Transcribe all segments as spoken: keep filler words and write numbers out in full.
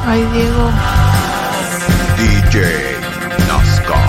Ay, Diego. D J Nazca.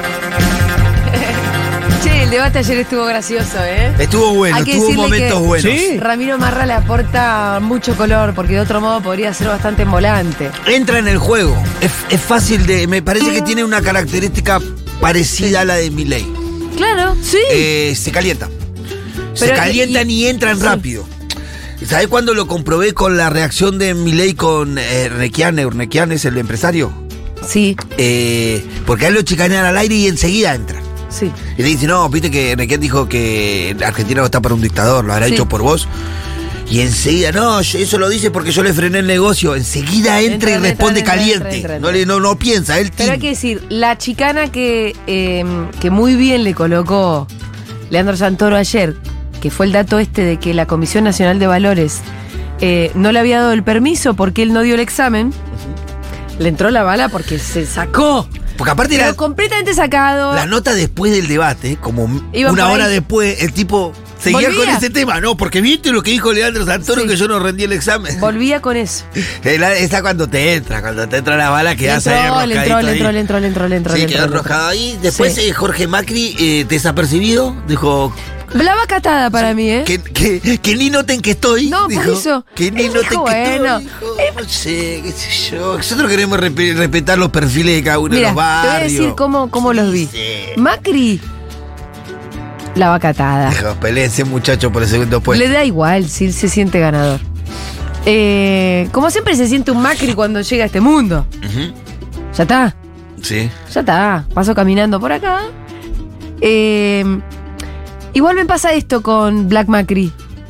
Che, el debate ayer estuvo gracioso, ¿eh? Estuvo bueno, Hay que tuvo decirle momentos que- buenos. ¿Sí? Ramiro Marra le aporta mucho color, porque de otro modo podría ser bastante embolante. Entra en el juego. Es, es fácil de. Me parece que tiene una característica parecida a la de Milei. Claro, sí. Eh, se calienta. se Pero- calientan y, y- entran sí. rápido. ¿Sabés cuándo lo comprobé con la reacción de Milei con eh, Urnequian? Urnequian es el empresario. Sí, Eh, porque a él lo chicanean al aire y enseguida entra. sí. Y le dice, no, viste que Urnequian dijo que Argentina no está para un dictador, lo habrá Sí. hecho por vos. Y enseguida, no, yo- eso lo dice porque yo le frené el negocio. Enseguida entra, Entra, y entra, responde entra, caliente. entra, entra, No, entra. le, no, no piensa, él Pero hay que decir, la chicana que, eh, que muy bien le colocó Leandro Santoro ayer, que fue el dato este de que la Comisión Nacional de Valores eh, no le había dado el permiso porque él no dio el examen, le entró la bala porque se sacó. Porque aparte Pero la, completamente sacado. la nota después del debate, como Iba una por hora ahí. después, el tipo seguía Volvía. con ese tema. No, porque viste lo que dijo Leandro Santoro, Sí. que yo no rendí el examen. Volvía con eso. Esa cuando te entra, cuando te entra la bala, Le quedás entró, ahí le enroscadito entró, le ahí. entró, le entró, le entró, le entró. Sí, le quedó entró, le entró. enroscado ahí. Después Sí. eh, Jorge Macri, eh, desapercibido, dijo La vacatada para mí, ¿eh? que, que, que ni noten que estoy. No, por dijo, eso. Que ni Él noten dijo, que bueno, estoy. Dijo, no sé, qué sé yo. Nosotros queremos respe- respetar los perfiles de cada uno Mira, de los te voy a barrios. decir cómo, cómo los vi. Sí. Macri, la vacatada. Dijo, peleense muchacho por el segundo puesto. Le da igual si él se siente ganador. Eh, como siempre se siente un Macri cuando llega a este mundo. Ujú. Ya está, Sí. ya está. Paso caminando por acá. Eh, igual me pasa esto con Black Macri.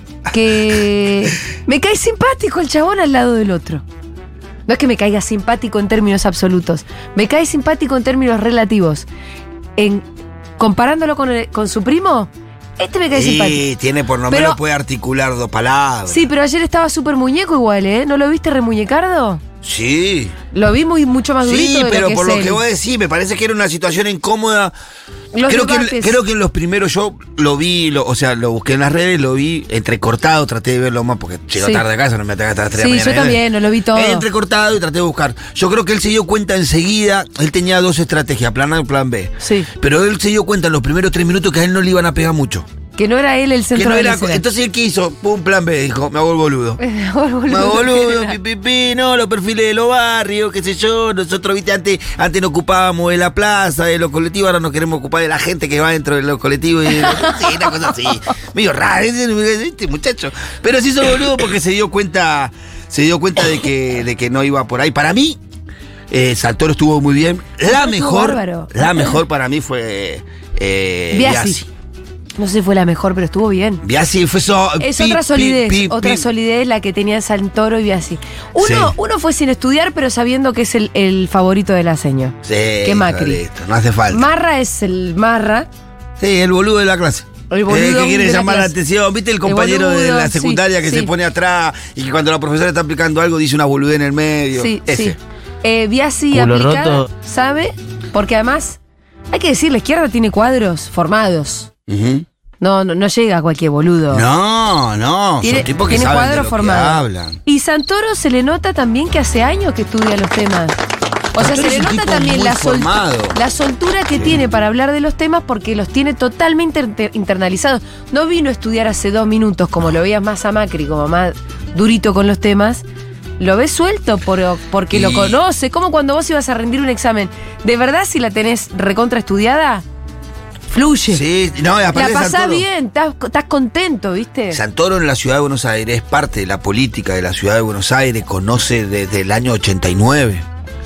Que me cae simpático el chabón al lado del otro. No es que me caiga simpático en términos absolutos. Me cae simpático en términos relativos. En, comparándolo con, el- con su primo, este me cae simpático. Sí, tiene por lo Pero- menos puede articular dos palabras. Sí, pero ayer estaba súper muñeco igual, ¿eh? ¿No lo viste remuñecardo? Sí. Lo vi muy, mucho más durito Sí, de lo pero que por es lo él. que vos decís, me parece que era una situación incómoda. Los creo, que, debates. creo que en los primeros yo lo vi, lo- o sea, lo busqué en las redes, lo vi entrecortado, traté de verlo más porque llego Sí. tarde a casa, no me atacé hasta las tres de Sí, la yo mañana. también, no lo vi todo. Eh, entrecortado y traté de buscar. Yo creo que él se dio cuenta enseguida, él tenía dos estrategias, plan A y plan B. Sí. Pero él se dio cuenta en los primeros tres minutos que a él no le iban a pegar mucho. Que no era él el Que centro no del era, escenario. entonces él qué hizo, pum, plan B, dijo, me hago el boludo. Me hago el Me boludo. hago boludo, pi, pi, pi, no, los perfiles de los barrios, qué sé yo. Nosotros, viste, antes, antes nos ocupábamos de la plaza, de los colectivos, ahora nos queremos ocupar de la gente que va dentro de los colectivos. Y, sí, una cosa así. Medio raro, este, este muchacho. Pero se hizo boludo porque se dio cuenta, se dio cuenta de que, de que no iba por ahí. Para mí, eh, Santoro estuvo muy bien. La Estuvo mejor, bárbaro. la mejor para mí fue eh, Biasi. Biasi. No sé si fue la mejor, pero estuvo bien. Biasi fue eso. Es pi, otra pi, solidez, pi, otra pi. solidez la que tenía Santoro y Biasi. Uno, Sí. uno fue sin estudiar, pero sabiendo que es el, el favorito de la seño. Sí, que Macri. listo, no hace falta. Marra es el Marra. Sí, el boludo de la clase. El boludo Eh, que quiere de la llamar la, clase. atención. ¿Viste el El compañero de boludo, la secundaria sí, que sí. se pone atrás y que cuando la profesora está aplicando algo dice una boludez en el medio? Sí, Ese. sí. Eh, Biasi Culo aplicada, roto. ¿sabe? Porque además, hay que decir, la izquierda tiene cuadros formados. Ujú. No, no, no llega a cualquier boludo. No, no, Tiene, son tipos que tiene saben de cuadro lo formado. que hablan. Y Santoro se le nota también que hace años que estudia los temas. O sea, Santoro se es le un nota tipo también muy la, sol- formado. la soltura que tiene para hablar de los temas porque los tiene totalmente inter- internalizados. No vino a estudiar hace dos minutos como lo veías más a Macri, como más durito con los temas. Lo ves suelto por, porque Y- lo conoce. Como cuando vos ibas a rendir un examen. ¿De verdad si la tenés recontra estudiada? Fluye. Sí, no, y La aparte pasás Santoro, bien, estás, estás contento, ¿viste? Santoro en la ciudad de Buenos Aires es parte de la política de la ciudad de Buenos Aires, conoce desde el año ochenta y nueve.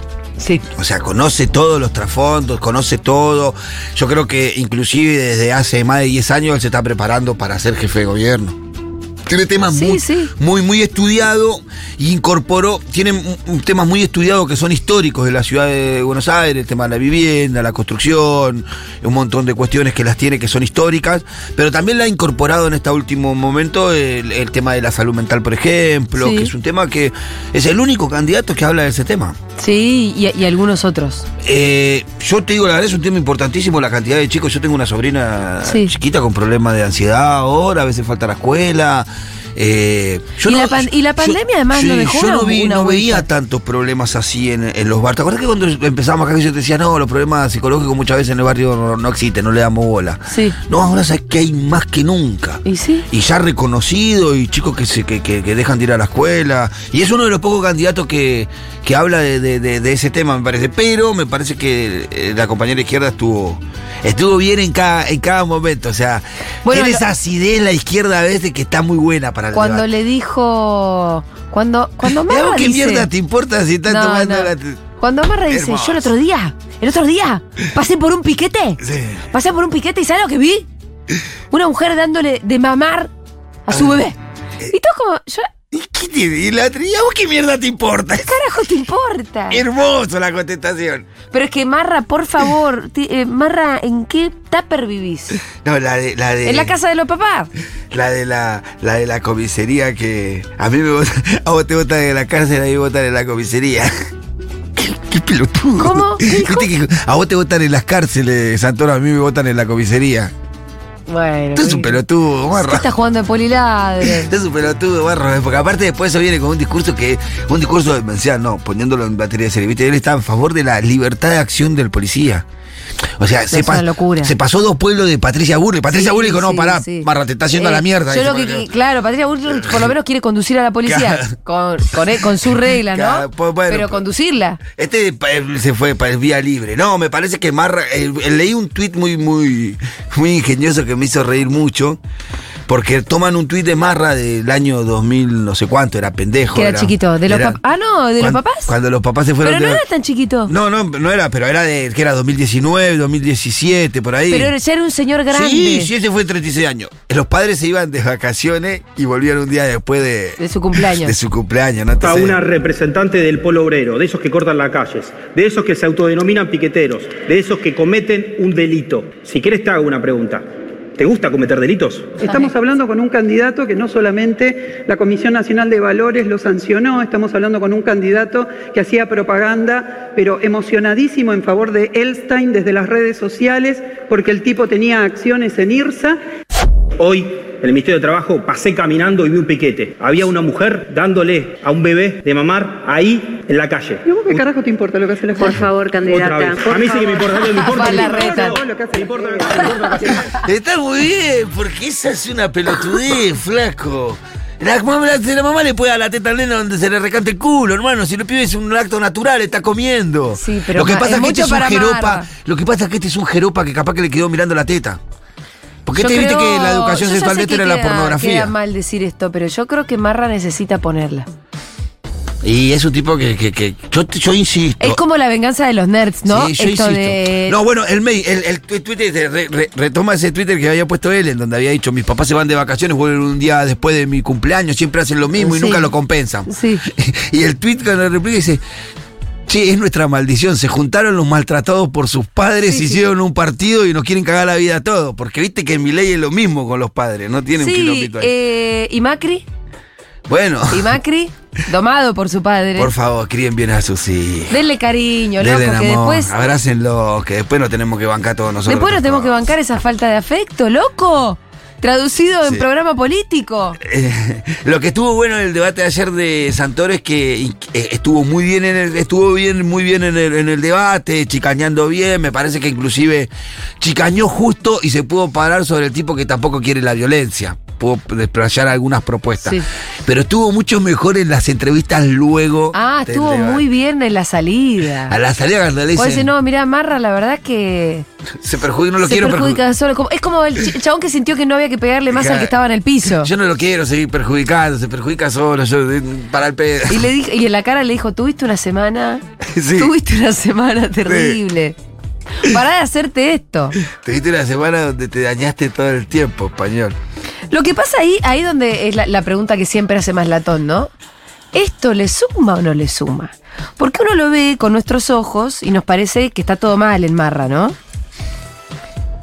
Sí. O sea, conoce todos los trasfondos, conoce todo. Yo creo que inclusive desde hace más de diez años él se está preparando para ser jefe de gobierno. Tiene temas Sí, muy, sí. muy, muy estudiados e incorporó, tiene un- un temas muy estudiados que son históricos de la ciudad de Buenos Aires, el tema de la vivienda, la construcción, un montón de cuestiones que las tiene que son históricas, pero también la ha incorporado en este último momento el, el tema de la salud mental, por ejemplo, Sí. que es un tema que es el único candidato que habla de ese tema. Sí, y, y algunos otros. Eh, yo te digo, la verdad es un tema importantísimo la cantidad de chicos. Yo tengo una sobrina Sí. chiquita con problemas de ansiedad ahora, a veces falta a la escuela. Eh, yo Y no, la pan- y la pandemia además no dejó yo no, una- vi, una no vuelta. veía tantos problemas así en, en los barrios. ¿Te acuerdas que cuando empezamos acá yo te decía, no, los problemas psicológicos muchas veces en el barrio no, no existen, no le damos bola? Sí. No, ahora sabes que hay más que nunca. ¿Y sí? Y ya reconocido, y chicos que se que, que, que dejan de ir a la escuela. Y es uno de los pocos candidatos que, que habla de, de, de, de ese tema, me parece. Pero me parece que eh, la compañera izquierda estuvo estuvo bien en cada, en cada momento. O sea, Bueno, tiene lo- esa acidez la izquierda a veces que está muy buena para el Cuando debate. le dijo. Cuando, cuando ¿Y a vos Marra qué dice. mierda te importa si están No, tomando no. la... Cuando Marra dice, Hermoso. yo el otro día, el otro día, pasé por un piquete. Sí. Pasé por un piquete y ¿sabes lo que vi? Una mujer dándole de mamar a su bebé. Y todo como, yo, ¿Y qué te y la otra? ¿Y a vos qué mierda te importa? ¿qué carajo te importa? Hermoso la contestación. Pero es que Marra, por favor, ti- eh, Marra, ¿en qué tupper vivís? No, la de... La de ¿En la casa de los papás? La de la, la de la comisaría que a mí me votan, a vos te votan en la cárcel, a mí me votan en la comisaría. Qué, qué pelotudo. ¿Cómo? ¿Qué dijo? Viste que a vos te votan en las cárceles, Santoro, a mí me votan en la comisaría. Bueno. Tú es un ¿qué- pelotudo, ¿Qué barro. estás jugando de poliladre? Tú es un pelotudo, barro. Porque aparte después eso viene con un discurso que, un discurso demencial, no, poniéndolo en batería de serie. Viste, él está en favor de la libertad de acción del policía. O sea, se, Es pa- una locura. se pasó dos pueblos de Patricia Burley. Patricia Sí, Burley dijo, no, sí, pará, sí. Marra, te está yendo a la Eh, mierda. Yo dice, lo que, porque- claro, Patricia Bullrich por lo menos quiere conducir a la policía Claro. con, con, él- con su regla, ¿no? Claro, pues, bueno, Pero pues. conducirla. Este pa- se fue para el vía libre. No, me parece que Marra. eh, eh, leí un tuit muy, muy, muy ingenioso que me hizo reír mucho. Porque toman un tuit de Marra del año dos mil, no sé cuánto, era pendejo. Que era chiquito. ¿De los era- pap- ah, no, ¿de los cuan- papás? Cuando los papás se fueron. Pero no de- era tan chiquito. No, no, no era, pero era de que era dos mil diecinueve, dos mil diecisiete, por ahí. Pero era- ya era un señor grande. Sí, sí, ese fue treinta y seis años. Los padres se iban de vacaciones y volvían un día después de, De su cumpleaños. de su cumpleaños, ¿no? A Entonces- una representante del polo obrero, de esos que cortan las calles, de esos que se autodenominan piqueteros, de esos que cometen un delito. Si quieres te hago una pregunta. ¿Te gusta cometer delitos? Estamos hablando con un candidato que no solamente la Comisión Nacional de Valores lo sancionó, estamos hablando con un candidato que hacía propaganda, pero emocionadísimo en favor de Elstein desde las redes sociales, porque el tipo tenía acciones en IRSA. Hoy, en el Ministerio de Trabajo, pasé caminando y vi un piquete. Había una mujer dándole a un bebé de mamar ahí en la calle. ¿Y a vos qué carajo te importa lo que hace la Por gente? favor, Otra candidata. vez. A mí sí que me importa, no me importa. Va la me importa, reta. no, Lo que hace me importa, me importa, me importa. Está muy bien, porque esa es una pelotudez, flaco. La mamá, la, la mamá le puede dar la teta al nene donde se le recante el culo, hermano. Si lo pibe es un acto natural, está comiendo. Sí, pero lo que ma- pasa es es que este mucho es un para jeropa. Marra. Lo que pasa es que este es un jeropa que capaz que le quedó mirando la teta. Porque Yo este viste creo- que la educación yo ya sexual sé de este que era la queda- pornografía. Queda mal decir esto, pero yo creo que Marra necesita ponerla. Y es un tipo que, que, que yo, yo insisto. Es como la venganza de los nerds, ¿no? Sí, yo Esto insisto. de. No, bueno, el mail, el, el tu- Twitter se re- re- retoma ese Twitter que había puesto él, en donde había dicho, mis papás se van de vacaciones, vuelven un día después de mi cumpleaños, siempre hacen lo mismo y Sí. nunca lo compensan. Sí. Y el tweet cuando replica dice, che, es nuestra maldición, se juntaron los maltratados por sus padres, Sí, sí. hicieron un partido y nos quieren cagar la vida a todos. Porque viste que en mi ley es lo mismo con los padres, no tienen Sí, kilómetro ahí. eh, y Macri, Bueno, y Macri, domado por su padre. por favor, críen bien a sus hijos. Denle cariño, Denle loco, que amor, después. abrácenlo, que después nos tenemos que bancar todos nosotros. Después nos tenemos que bancar esa falta de afecto, loco. Traducido en Sí. programa político. Eh, lo que estuvo bueno en el debate de ayer de Santoro es que y- eh, estuvo muy bien en el, estuvo bien, muy bien en el, en el debate, chicañando bien, me parece que inclusive chicañó justo y se pudo parar sobre el tipo que tampoco quiere la violencia. Pudo desplayar algunas propuestas. Sí. Pero estuvo mucho mejor en las entrevistas luego. Ah, del estuvo debate. muy bien en la salida. A la salida cuando le Vos decís, dicen, no, mirá, Marra, la verdad que se perjudica, no lo se quiero perjudica perjudicar. solo. Como- es como el ch- chabón que sintió que no había que pegarle más al que estaba en el piso. Yo no lo quiero seguir perjudicando, se perjudica solo, yo, eh, para el pedo. Y, le dije, y en la cara le dijo, tuviste una semana, Sí. tuviste una semana terrible. Pará de hacerte esto. Te diste una semana donde te dañaste todo el tiempo, español. Lo que pasa ahí, ahí donde es la, la pregunta que siempre hace más latón, ¿no? ¿Esto le suma o no le suma? Porque uno lo ve con nuestros ojos y nos parece que está todo mal en Marra, ¿no?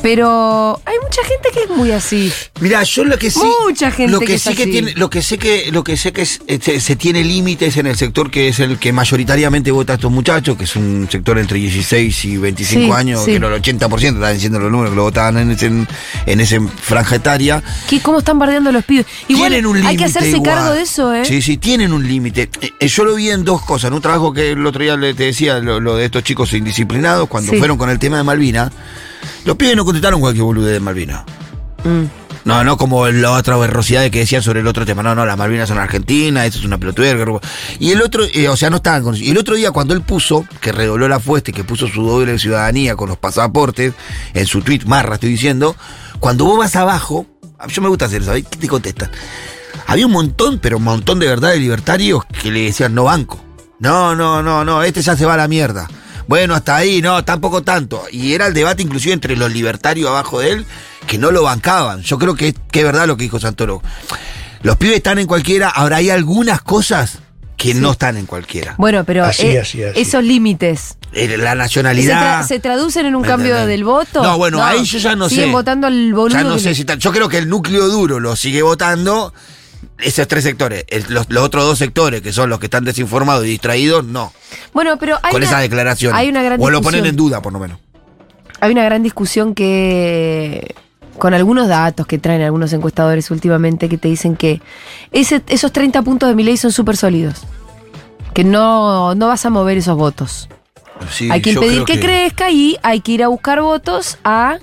Pero hay mucha gente que es muy así. Mirá, yo lo que sí. Mucha gente lo que, que es sí que así. tiene, lo que sé que, lo que sé que es, se, se tiene límites en el sector que es el que mayoritariamente vota a estos muchachos, que es un sector entre dieciséis y veinticinco Sí, años, sí. que el ochenta por ciento están diciendo los números que lo votaban en ese, en ese franja etaria. ¿Qué, ¿Cómo están bardeando los pibes? Igual Tienen un límite. hay que hacerse igual. cargo de eso, ¿eh? Sí, sí, tienen un límite. Eh, eh, yo lo vi en dos cosas. En un trabajo que el otro día le- te decía, lo, lo de estos chicos indisciplinados, cuando Sí. fueron con el tema de Malvinas, los pibes no contestaron cualquier boludez de Malvinas. Mm. No, no como la otra berrosidad que decían sobre el otro tema. No, no, las Malvinas son Argentina, eso es una pelotudez. Y el otro, eh, o sea, no estaban con eso. Y el otro día cuando él puso, que redobló la apuesta y que puso su doble de ciudadanía con los pasaportes, en su tweet, Marra estoy diciendo, cuando vos vas abajo, yo me gusta hacer eso, ¿sabés? ¿Qué te contestan? Había un montón, pero un montón de verdad de libertarios que le decían no banco. No, no, no, no, este ya se va a la mierda. Bueno, hasta ahí, no, tampoco tanto. Y era el debate inclusive entre los libertarios abajo de él, que no lo bancaban. Yo creo que, que es verdad lo que dijo Santoro. Los pibes están en cualquiera, ahora hay algunas cosas que no están en cualquiera. Bueno, pero Así, eh, así, así. esos límites Eh, La ¿se, nacionalidad... tra- se traducen en un ¿Me cambio entendés? del voto? No, bueno, ahí yo ya no sé. Siguen votando al boludo. Ya no que sé le- si tal. Yo creo que el núcleo duro lo sigue votando. Esos tres sectores. El- los, los otros dos sectores, que son los que están desinformados y distraídos, no. Bueno, pero hay Con una, esa declaración. hay una gran O lo discusión. ponen en duda, por lo menos. Hay una gran discusión que con algunos datos que traen algunos encuestadores últimamente que te dicen que ese, esos treinta puntos de Milei son súper sólidos. Que no, no vas a mover esos votos. Sí, hay que yo impedir creo que, crezca y hay que ir a buscar votos a,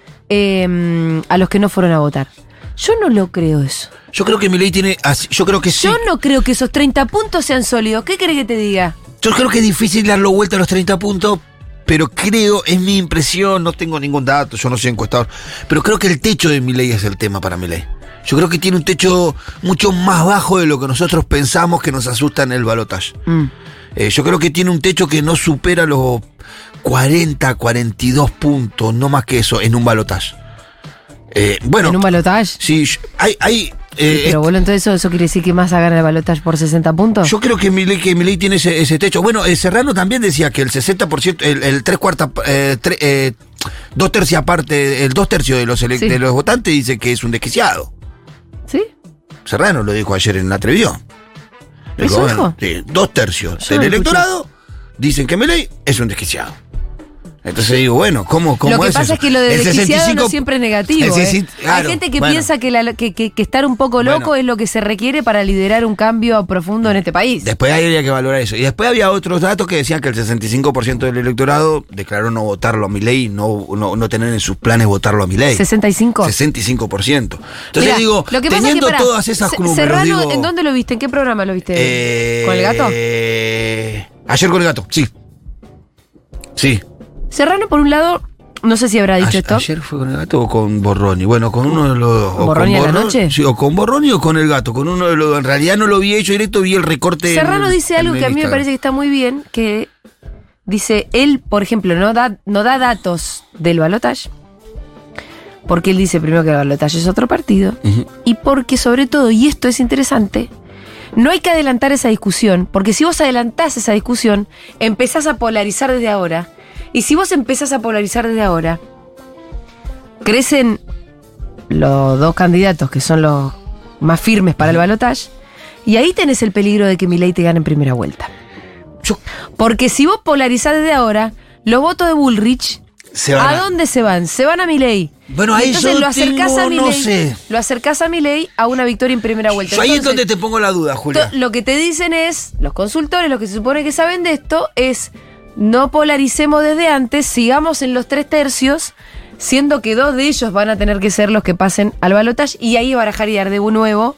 eh, a los que no fueron a votar. Yo no lo creo eso. Yo creo que Milei tiene. así- Yo creo que sí. Yo no creo que esos treinta puntos sean sólidos. ¿Qué querés que te diga? Yo creo que es difícil darlo vuelta a los treinta puntos, pero creo, es mi impresión, no tengo ningún dato, yo no soy encuestador, pero creo que el techo de Milei es el tema para Milei. Yo creo que tiene un techo mucho más bajo de lo que nosotros pensamos que nos asusta en el balotaje. Mm. Eh, yo creo que tiene un techo que no supera los cuarenta, cuarenta y dos puntos, no más que eso, en un balotaje. Eh, bueno, ¿En un balotaje? sí, yo- hay... hay eh, Pero bueno, entonces eso, eso quiere decir que Massa gana el balotaje por sesenta puntos. Yo creo que Milei, que Milei tiene ese, ese techo. Bueno, eh, Serrano también decía que el sesenta por ciento, el, el tres cuartas, eh, tre- eh, dos tercias parte, el dos tercios de los, elec- Sí. de los votantes dice que es un desquiciado. ¿Sí? Serrano lo dijo ayer en la televisión. ¿Eso Dijo, dijo? sí, dos tercios Yo no del lo escuché. electorado dicen que Milei es un desquiciado. Entonces digo, bueno, ¿cómo, cómo Lo que es pasa eso? es que lo de El desquiciado sesenta y cinco no siempre es negativo. el ¿eh? sesenta claro, Hay gente que bueno. piensa que, la- que, que- que estar un poco loco Bueno. es lo que se requiere para liderar un cambio profundo en este país. Después había que valorar eso. Y después había otros datos que decían que el sesenta y cinco por ciento del electorado declaró no votarlo a Milei, no, no, no tener en sus planes votarlo a Milei. ¿sesenta y cinco? sesenta y cinco por ciento. Entonces Mirá, digo, lo que pasa teniendo es que, pará, todas esas Se- números, Serrano, digo, ¿en dónde lo viste? ¿En qué programa lo viste? eh, ¿Con el gato? Ayer con el gato, sí. Sí. Serrano, por un lado, no sé si habrá dicho Ayer, esto. ayer fue con el gato o con Borroni. Bueno, con uno de los dos. O ¿Borroni con a la Borroni- noche? Sí, o con Borroni o con el gato. Con uno de los dos. En realidad no lo vi hecho directo, vi el recorte. Serrano en- dice en algo el que a mí me Instagram. parece que está muy bien, que dice, él, por ejemplo, no da, no da datos del balotaje, porque él dice primero que el balotaje es otro partido, Ujú. y porque sobre todo, y esto es interesante, no hay que adelantar esa discusión, porque si vos adelantás esa discusión, empezás a polarizar desde ahora, y si vos empezás a polarizar desde ahora, crecen los dos candidatos que son los más firmes para el balotaje, y ahí tenés el peligro de que Milei te gane en primera vuelta. Yo- Porque si vos polarizás desde ahora, los votos de Bullrich, Se van ¿a a- dónde se van? Se van a Milei. Bueno, Y ahí entonces yo lo acercás tengo, a Milei, no sé. lo acercás a Milei a una victoria en primera vuelta. Yo ahí es Entonces, donde te pongo la duda, Julia. to- lo que te dicen es, los consultores, los que se supone que saben de esto, es no polaricemos desde antes, sigamos en los tres tercios, siendo que dos de ellos van a tener que ser los que pasen al balotaje, y ahí barajar y dar de nuevo.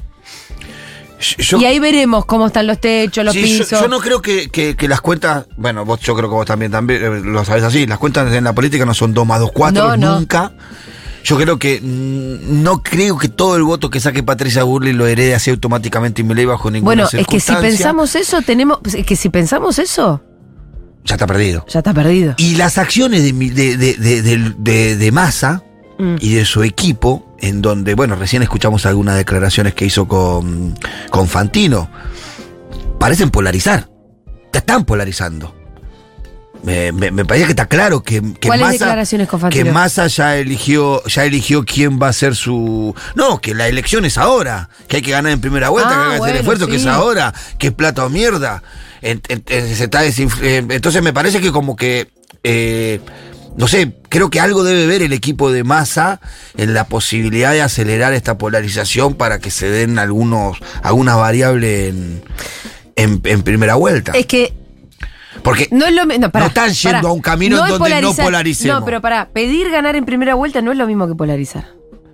Yo- y ahí veremos cómo están los techos, los Sí, yo, pisos. yo no creo que, que- que las cuentas, bueno, vos yo creo que vos también, también eh, lo sabés así, las cuentas en la política no son dos más dos, cuatro, No, no. nunca. Yo creo que mm, no creo que todo el voto que saque Patricia Burley lo herede así automáticamente y me le bajo ninguna Bueno, es que si circunstancia. pensamos eso, tenemos. Es que si pensamos eso, Ya está perdido. ya está perdido. Y las acciones de, mi- de, de, de, de- de- de Massa Mm. y de su equipo, en donde, bueno, recién escuchamos algunas declaraciones que hizo con, con Fantino, parecen polarizar. Te están polarizando. Me, me, me parece que está claro que, que ¿Cuáles Massa, declaraciones, Confatilo? que Massa ya eligió, ya eligió quién va a ser su. No, que la elección es ahora, que hay que ganar en primera vuelta, Ah, que hay que hacer bueno, el esfuerzo, sí. que es ahora, que es plata o mierda. En- en- en- se está desinfl- eh, Entonces me parece que como que. eh, no sé, creo que algo debe ver el equipo de Massa en la posibilidad de acelerar esta polarización para que se den algunos, algunas variables en, en, en primera vuelta. Es que Porque no es lo mismo. No, pará, no están yendo pará. a un camino en es donde no polarizar. polaricemos. No, pero para pedir ganar en primera vuelta no es lo mismo que polarizar.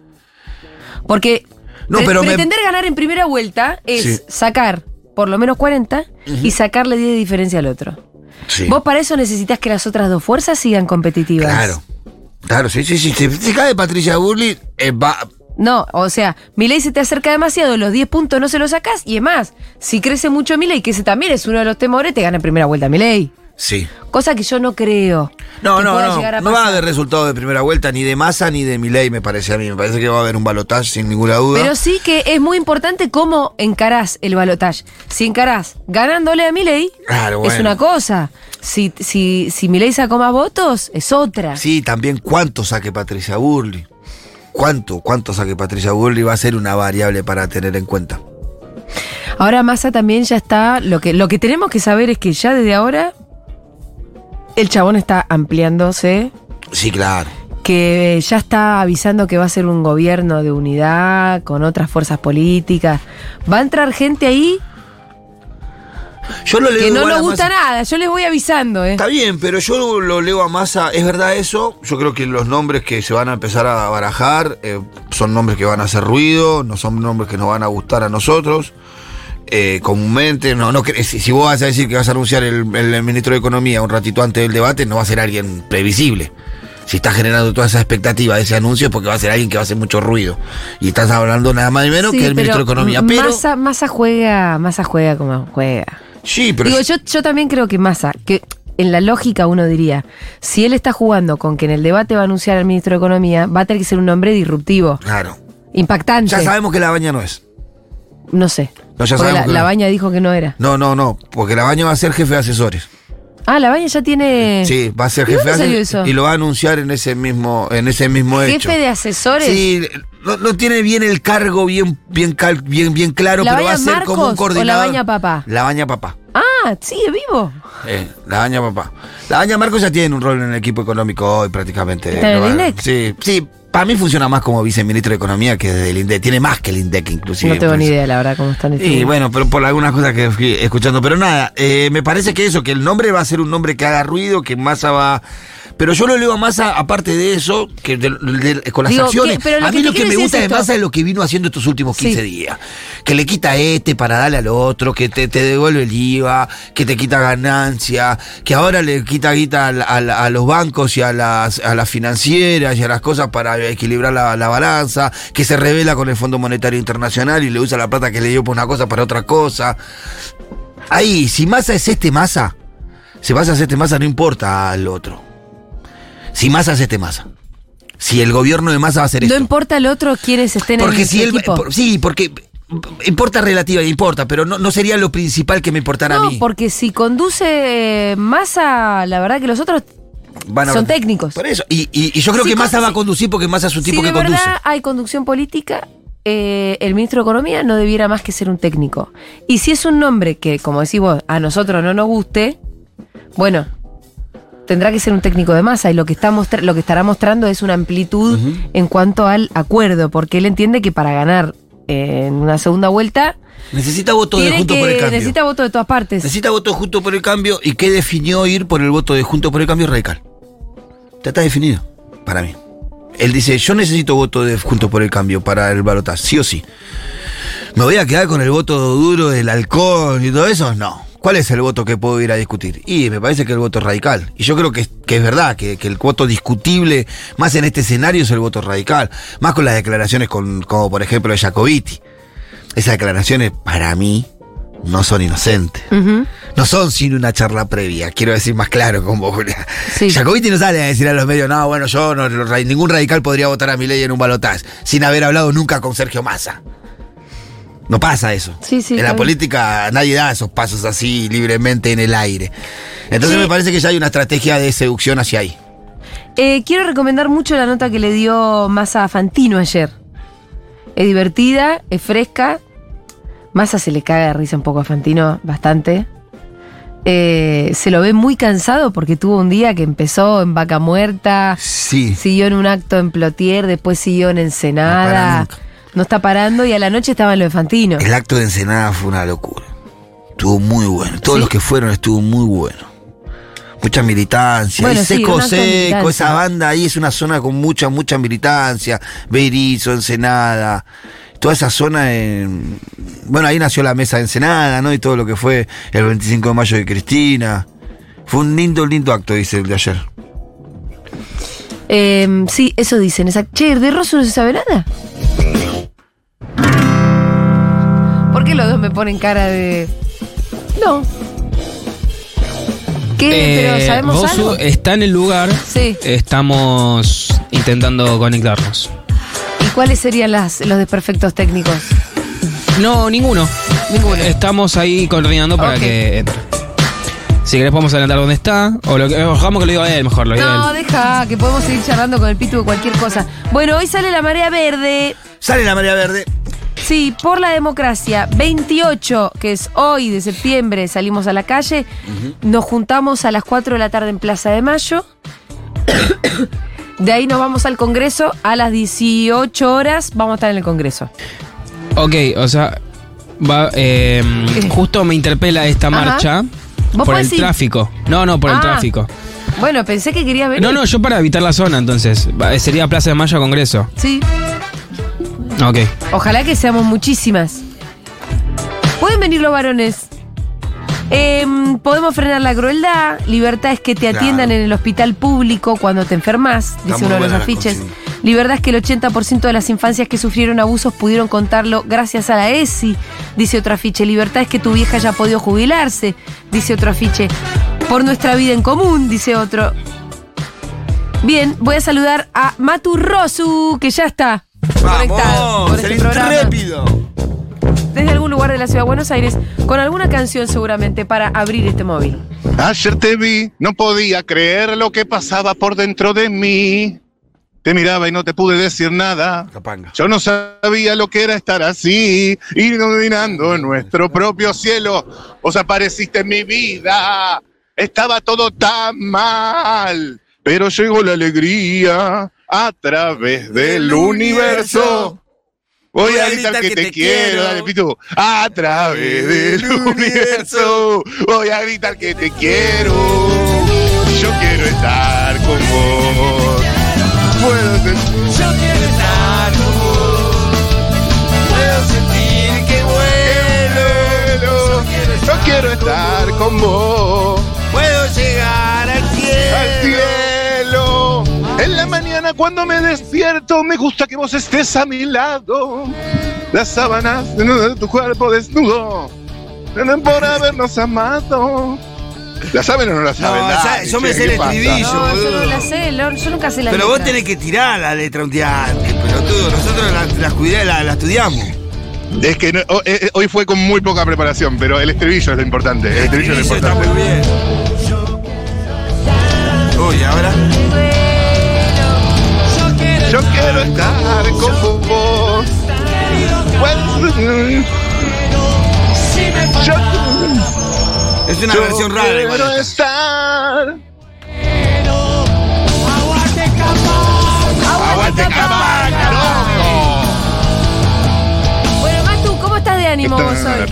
Porque No, pre- pero me- pretender ganar en primera vuelta es Sí. sacar por lo menos cuarenta y sacarle diez de diferencia al otro. Sí. Vos para eso necesitas que las otras dos fuerzas sigan competitivas. Claro. Claro, sí, sí, sí. Si, si cae Patricia Bullrich, eh, va. No, o sea, Milei se te acerca demasiado, los diez puntos no se los sacás, y es más, si crece mucho Milei, que ese también es uno de los temores, te gana en primera vuelta Milei. Sí. Cosa que yo no creo. No, que no, pueda no. llegar a No va a pasar. haber resultado de primera vuelta ni de Massa ni de Milei, me parece a mí. Me parece que va a haber un balotaje sin ninguna duda. Pero sí que es muy importante cómo encarás el balotaje. Si encarás ganándole a Milei, Claro, es bueno. una cosa. Si, si, si Milei sacó más votos, es otra. Sí, también cuánto saque Patricia Bullrich. Cuánto, cuánto saque Patricia Bullrich va a ser una variable para tener en cuenta. Ahora Massa también ya está. Lo que, lo que tenemos que saber es que ya desde ahora el chabón está ampliándose. Sí, claro. Que ya está avisando que va a ser un gobierno de unidad con otras fuerzas políticas. Va a entrar gente ahí Yo lo leo que no igual nos a gusta Massa. nada. Yo les voy avisando, ¿eh? Está bien, pero yo lo leo a Massa. ¿Es verdad eso? Yo creo que los nombres que se van a empezar a barajar eh, son nombres que van a hacer ruido, no son nombres que nos van a gustar a nosotros. Eh, comúnmente, no, no cre- si, si vos vas a decir que vas a anunciar el, el- el ministro de Economía un ratito antes del debate, no va a ser alguien previsible. Si estás generando toda esa expectativa de ese anuncio es porque va a ser alguien que va a hacer mucho ruido. Y estás hablando nada más ni menos Sí, que el pero ministro de Economía. Pero, Massa, Massa juega, Massa juega como juega. sí, pero Digo, yo, yo también creo que Massa, que en la lógica uno diría, si él está jugando con que en el debate va a anunciar al ministro de Economía, va a tener que ser un hombre disruptivo, claro. impactante. Ya sabemos que la baña no es. No sé. No, ya Porque sabemos la, que la no. Baña dijo que no era. No, no, no, porque la baña va a ser jefe de asesores. Ah, la Baña ya tiene. Sí, va a ser ¿Y jefe de dónde salió asesores eso? y lo va a anunciar en ese mismo, en ese mismo hecho. Jefe de asesores. Sí, no, no tiene bien el cargo bien, bien, cal- bien, bien claro, ¿La pero va a Baña ser como un Marcos o la coordinador. Baña Papá? La baña papá. Ah, sigue vivo. Eh, la baña papá. La baña Marcos ya tiene un rol en el equipo económico hoy prácticamente. ¿Está en el Lo va- INDEC? Sí, sí. Para mí funciona más como viceministro de Economía que desde el INDEC. Tiene más que el INDEC inclusive. No tengo me ni parece. idea, la verdad, cómo están Y estos. bueno, pero por algunas cosas que fui escuchando. Pero nada, eh, me parece que eso, que el nombre va a ser un nombre que haga ruido, que Massa va. Pero yo lo leo a Massa, aparte de eso, que de- de- con las Digo, acciones. ¿qué? Pero lo A que mí te lo que quiero me decir gusta es de esto. Massa es lo que vino haciendo estos últimos quince Sí. días. Que le quita a este para darle al otro, que te, te devuelve el I V A, que te quita ganancia, que ahora le quita guita a, a- a los bancos y a las, a las financieras y a las cosas para equilibrar la, la balanza, que se revela con el Fondo Monetario Internacional y le usa la plata que le dio por una cosa para otra cosa. Ahí, si Massa es este Massa, si Massa es este Massa, no importa al otro. Si Massa es este Massa. Si el gobierno de Massa va a hacer No esto. importa el otro quienes estén Porque en si el él. equipo. por- sí, porque importa relativa, importa, pero no, no sería lo principal que me importara a No, mí. porque si conduce Massa, la verdad que los otros Van a- son técnicos. Por eso. Y, y- y yo creo Si que con- Massa va a si- conducir porque Massa es un tipo si de que conduce. verdad hay conducción política, eh, el ministro de Economía no debiera más que ser un técnico. Y si es un nombre que, como decís vos, a nosotros no nos guste, bueno, tendrá que ser un técnico de Massa y lo que está mostra- lo que estará mostrando es una amplitud en cuanto al acuerdo, porque él entiende que para ganar eh, en una segunda vuelta Necesita voto de tiene Juntos que por el Cambio. necesita voto de todas partes. Necesita voto de Juntos por el Cambio. ¿Y qué definió ir por el voto de Juntos por el Cambio radical? Ya está definido, para mí. Él dice, yo necesito voto de Juntos por el Cambio para el balotaje, sí o sí. ¿Me voy a quedar con el voto duro del alcohol y todo eso? No. ¿Cuál es el voto que puedo ir a discutir? Y me parece que el voto es radical. Y yo creo que, que es verdad, que, que el voto discutible, más en este escenario, es el voto radical. Más con las declaraciones con, como por ejemplo de Jacobiti. Esas declaraciones, para mí, no son inocentes. Ujú. No son sin una charla previa, quiero decir más claro con vos, Julia. Sí. Jacobiti no sale a decir a los medios, no, bueno, yo, no, no, ningún radical podría votar a Milei en un balotaje, sin haber hablado nunca con Sergio Massa. No pasa eso. Sí, sí, en está la bien. política nadie da esos pasos así libremente en el aire. Entonces Sí. me parece que ya hay una estrategia de seducción hacia ahí. Eh, quiero recomendar mucho la nota que le dio Massa a Fantino ayer. Es divertida, es fresca. Massa se le caga de risa un poco a Fantino, bastante. Eh, se lo ve muy cansado porque tuvo un día que empezó en Vaca Muerta, Sí. siguió en un acto en Plotier, después siguió en No para Ensenada. nunca. No está parando y a la noche estaba en lo de Fantino. El acto de Ensenada fue una locura. Estuvo muy bueno. Todos ¿Sí? los que fueron estuvo muy bueno. Mucha militancia. Bueno, y sí, Seco un acto de Seco, militancia. esa banda ahí es una zona con mucha, mucha militancia. Beirizo, Ensenada. Toda esa zona en... Bueno, ahí nació la mesa de Ensenada, ¿no? Y todo lo que fue el veinticinco de mayo de Cristina. Fue un lindo, lindo acto, dice el de ayer. Eh, sí, eso dicen. Esa... Che, ¿de Rosso no se sabe nada? ¿Por qué los dos me ponen cara de...? No. ¿Qué? ¿Pero sabemos Bosu algo? está en el lugar. Sí. Estamos intentando conectarnos. ¿Y cuáles serían las, los desperfectos técnicos? No, ninguno. Ninguno. Estamos ahí coordinando para Ok. que entre. Si querés podemos adelantar dónde está. O lo que, dejamos que lo diga él mejor, lo diga No, él. deja, que podemos seguir charlando con el Pitu de cualquier cosa. Bueno, hoy sale la marea verde. Sale la marea verde. Sí, por la democracia. veintiocho, que es hoy de septiembre, salimos a la calle. Nos juntamos a las cuatro de la tarde en Plaza de Mayo. De ahí nos vamos al Congreso. A las dieciocho horas vamos a estar en el Congreso. Ok, o sea, va, eh, justo me interpela esta Ajá. marcha ¿Vos por el podés ir? tráfico. No, no, por el Ah. tráfico. Bueno, pensé que querías venir. No, no, yo para evitar la zona, entonces. Va, Sería Plaza de Mayo a Congreso. Sí, Ok. ojalá que seamos muchísimas. ¿Pueden venir los varones? Em, podemos frenar la crueldad. Libertad es que te Claro. atiendan en el hospital público cuando te enfermas, dice Está muy uno de los buena la afiches. consigna. Libertad es que el ochenta por ciento de las infancias que sufrieron abusos pudieron contarlo gracias a la E S I, dice otro afiche. Libertad es que tu vieja haya podido jubilarse, dice otro afiche. Por nuestra vida en común, dice otro. Bien, voy a saludar a Matu Rosu, que ya está conectado con ¡Vamos! este ¡El programa. intrépido! Desde algún lugar de la ciudad de Buenos Aires, con alguna canción seguramente para abrir este móvil. Ayer te vi, no podía creer lo que pasaba por dentro de mí. Te miraba y no te pude decir nada. Capanga. Yo no sabía lo que era estar así, iluminando nuestro propio cielo. Vos apareciste en mi vida, estaba todo tan mal, pero llegó la alegría a través del universo. Voy a gritar que te quiero, dale Pitu. A través del universo, voy a gritar que te quiero. Yo quiero estar con vos. Puedo ser- Yo quiero estar con vos. Puedo sentir que vuelo. Yo quiero estar con vos. Puedo llegar al cielo. Al cielo. En la mañana cuando me despierto me gusta que vos estés a mi lado. Las sábanas de tu cuerpo desnudo por habernos amado. ¿La saben o no la saben? No, Dale, sa- yo me che, sé el ¿qué pasa? estribillo. No, yo no boludo. la sé, Lor, yo nunca sé la Pero letra. vos tenés que tirar la letra un día antes, pelotudo. Nosotros la, la, cuidé- la, la estudiamos. Es que no- ho- eh, hoy fue con muy poca preparación, pero el estribillo es lo importante. El estribillo es lo Estribillo está importante. muy bien. Uy, ahora. Yo quiero estar con vos. Yo, Es una yo versión rara. igual quiero esta. estar. Aguante Capanga, loco. Bueno, Matu, ¿cómo estás de ánimo vos hoy?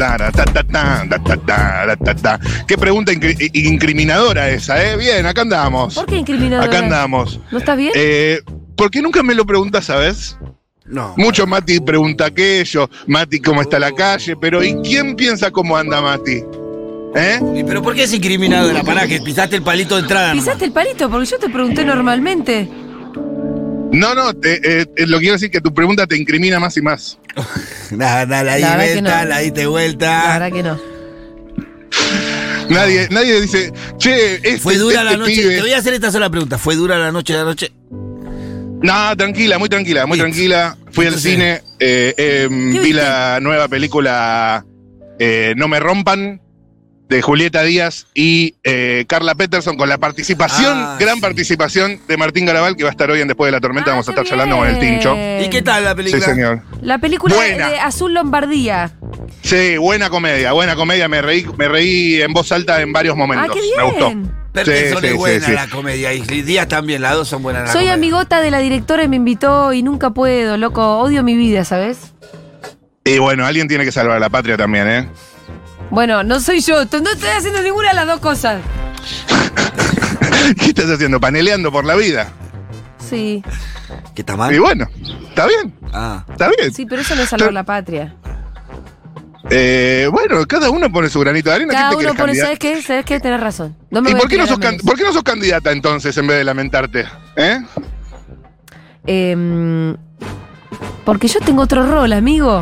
Qué pregunta incri- incriminadora esa, ¿eh? Bien, acá andamos. ¿Por qué incriminadora? Acá andamos. ¿No estás bien? Eh, ¿Por qué nunca me lo preguntas, sabes? No. Mucho Mati pregunta aquello, Mati cómo está la calle, pero ¿y quién piensa cómo anda Mati? ¿Eh? ¿Y pero por qué es incriminado de la pará que pisaste el palito de entrada? nomás? ¿Pisaste el palito? Porque yo te pregunté normalmente. No, no, te, eh, eh, lo quiero decir que tu pregunta te incrimina más y más. Nada, nada, la di La verdad que vuelta, no. la diste La vuelta. verdad que no. Nadie, nadie dice, che, este, Fue dura la este noche. pibe- Te voy a hacer esta sola pregunta. ¿Fue dura la noche de la noche? No, tranquila, muy tranquila, muy Listo. tranquila. Fui al Entonces- cine, eh, eh, vi viste? la nueva película eh, No me rompan. de Julieta Díaz y eh, Carla Peterson, con la participación, Ah, gran sí. participación de Martín Garabal, que va a estar hoy en Después de la Tormenta. Ah, Vamos a qué estar charlando con el bien. Tincho. ¿Y qué tal la Sí, película? señor. La película Buena. de Azul Lombardía. Sí, buena comedia, buena comedia. Me reí, me reí en voz alta en varios momentos. Ah, qué Me gustó. bien. Peterson Sí, es sí, buena sí, sí. la comedia y Díaz también, las dos son buenas en la Soy comedia. amigota de la directora y me invitó y nunca puedo, loco. Odio mi vida, ¿sabes? Y bueno, alguien tiene que salvar a la patria también, ¿eh? Bueno, no soy yo. No estoy haciendo ninguna de las dos cosas. ¿Qué estás haciendo? Paneleando por la vida. Sí, ¿Qué está mal? Y bueno, está bien, Ah. está bien. sí, pero eso no es salvar la patria. Eh, bueno, cada uno pone su granito de arena. Cada ¿Quién te uno querés pone, candidata? ¿sabes qué? ¿Sabes qué? Tenés razón. No me ¿Y voy por a qué, no tirar sos a can- menos. por qué no sos candidata entonces en vez de lamentarte? ¿Eh? Em, porque yo tengo otro rol, amigo.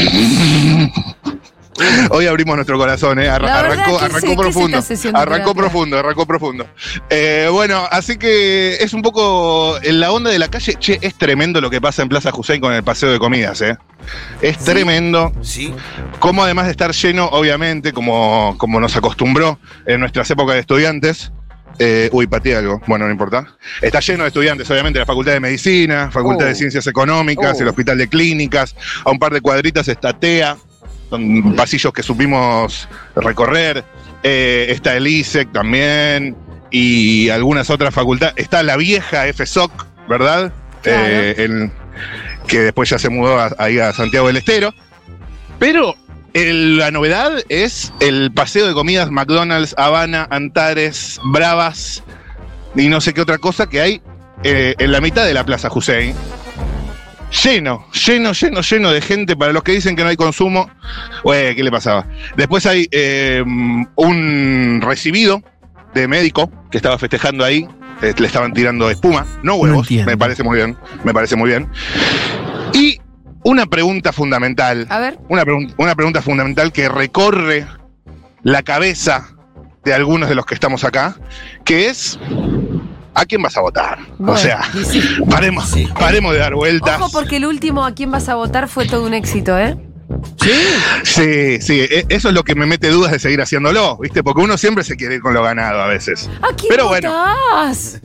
Hoy abrimos nuestro corazón, ¿eh? Arra- La verdad arrancó que arrancó sí, ¿qué es profundo. esta sesión de Arrancó terapia? profundo, arrancó profundo. Eh, bueno, así que es un poco en la onda de la calle. Che, es tremendo lo que pasa en Plaza Hussein con el paseo de comidas, ¿eh? Es ¿Sí? tremendo. Sí. Como además de estar lleno, obviamente, como, como nos acostumbró en nuestras épocas de estudiantes. Eh, uy, pateé algo. Bueno, no importa. Está lleno de estudiantes, obviamente, la Facultad de Medicina, Facultad Oh. de Ciencias Económicas, Oh. el Hospital de Clínicas. A un par de cuadritas está T E A, son pasillos que supimos recorrer. Eh, está el I S E C también, y algunas otras facultades. Está la vieja F S O C, ¿verdad? Claro. Eh, el- que después ya se mudó a- ahí a Santiago del Estero. Pero el- la novedad es el paseo de comidas McDonald's, Habana, Antares, Bravas y no sé qué otra cosa que hay eh, en la mitad de la Plaza Hussein. Lleno, lleno, lleno, lleno de gente. Para los que dicen que no hay consumo, güey, ¿qué le pasaba? Después hay eh, un recibido de médico que estaba festejando ahí. eh, Le estaban tirando espuma, no huevos. entiendo. Me parece muy bien, me parece muy bien. Y una pregunta fundamental. A ver. Una, pregun- una pregunta fundamental que recorre la cabeza de algunos de los que estamos acá, que es ¿a quién vas a votar? Bueno, o sea, y sí. paremos, paremos de dar vueltas. Ojo, porque el último a quién vas a votar fue todo un éxito, ¿eh? Sí, sí, e- eso es lo que me mete dudas de seguir haciéndolo, ¿viste? Porque uno siempre se quiere ir con lo ganado a veces. ¿A quién Pero bueno. votás?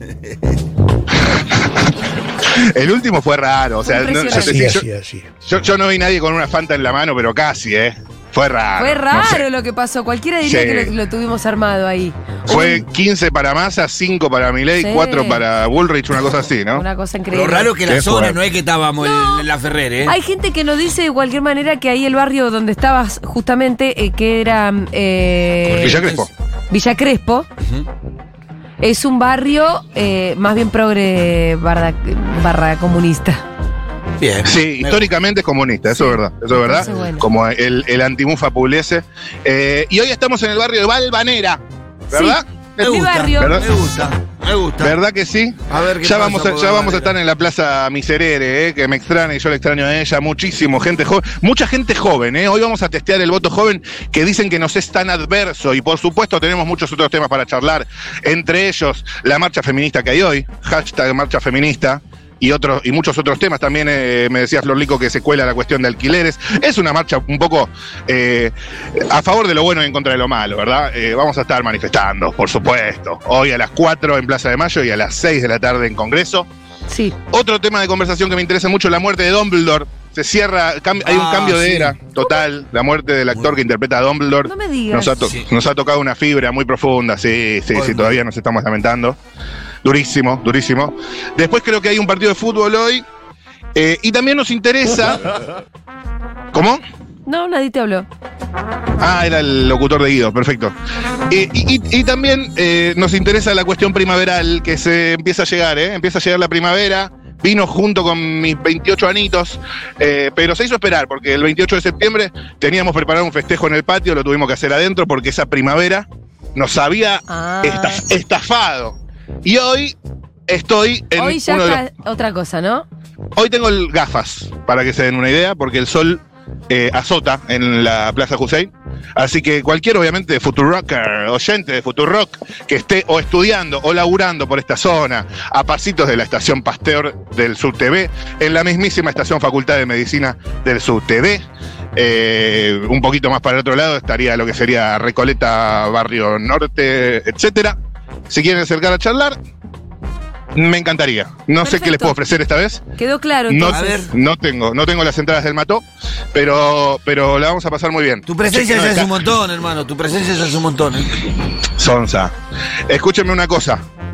El último fue raro, o sea, no- yo, te- Impresionante. yo- yo- yo no vi nadie con una Fanta en la mano, pero casi, ¿eh? Fue raro. Fue no raro sé. lo que pasó. Cualquiera diría Sí. que lo, lo tuvimos armado ahí. Fue Un- quince para Massa, cinco para Milei, Sí. cuatro para Bullrich, una cosa así, ¿no? Una cosa increíble. Lo raro que la Qué zona fuerte. no es que estábamos en, en la Ferrer, ¿eh? Hay gente que nos dice de cualquier manera que ahí el barrio donde estabas justamente, eh, que era eh, Villa Crespo. Villa Crespo, Ujú. es un barrio eh, más bien progre barra, barra comunista. Bien. Sí, Me- históricamente es comunista, eso es verdad, eso es verdad. Eso es bueno. Como el, el antimufa pugliese. Eh, y hoy estamos en el barrio de Valvanera, ¿verdad? Me Mi gusta, barrio. ¿Verdad? me gusta, me gusta. ¿Verdad que sí? A ver qué Ya pasa vamos a, por ya vamos a Valvanera. estar en la Plaza Miserere, eh, que me extraña y yo le extraño a ella, muchísimo, gente joven, mucha gente joven, eh. Hoy vamos a testear el voto joven que dicen que nos es tan adverso y por supuesto tenemos muchos otros temas para charlar, entre ellos la marcha feminista que hay hoy, hashtag marcha feminista. Y, otros, y muchos otros temas. También eh, me decía Flor Lico que se cuela la cuestión de alquileres. Es una marcha un poco eh, a favor de lo bueno y en contra de lo malo, ¿verdad? Eh, vamos a estar manifestando, por supuesto. Hoy a las cuatro en Plaza de Mayo y a las seis de la tarde en Congreso. Sí. Otro tema de conversación que me interesa mucho, la muerte de Dumbledore. Se cierra, cam- hay un Ah, cambio de sí. era total. La muerte del actor que interpreta a Dumbledore. No me digas. Nos ha, to- Sí. nos ha tocado una fibra muy profunda, sí, sí, Muy sí, bien. todavía nos estamos lamentando. Durísimo, durísimo. Después creo que hay un partido de fútbol hoy. eh, y también nos interesa. ¿Cómo? No, nadie te habló. Ah, era el locutor de Guido, perfecto. Eh, y, y- y también eh, nos interesa la cuestión primaveral que se empieza a llegar, ¿eh? Empieza a llegar la primavera. Vino junto con mis veintiocho anitos, eh, pero se hizo esperar porque el veintiocho de septiembre teníamos preparado un festejo en el patio, lo tuvimos que hacer adentro porque esa primavera nos había Ah. estaf- estafado. Y hoy estoy en Hoy ya uno de los- está otra cosa, ¿no? Hoy tengo el gafas, para que se den una idea, porque el sol eh, azota en la Plaza Hussein. Así que cualquier, obviamente, Futurocker, oyente de Futurock, que esté o estudiando o laburando por esta zona, a pasitos de la estación Pasteur del Sur T V, en la mismísima estación Facultad de Medicina del Sur T V, Eh, un poquito más para el otro lado estaría lo que sería Recoleta, Barrio Norte, etcétera. Si quieren acercar a charlar, me encantaría. No sé Perfecto. qué les puedo ofrecer esta vez. Quedó claro. No, entonces. no tengo, no tengo las entradas del Mató, pero, pero la vamos a pasar muy bien. Tu presencia Che, ya no, es acá- un montón, hermano. Tu presencia ya es un montón, ¿eh? Sonsa. Escúchenme una cosa.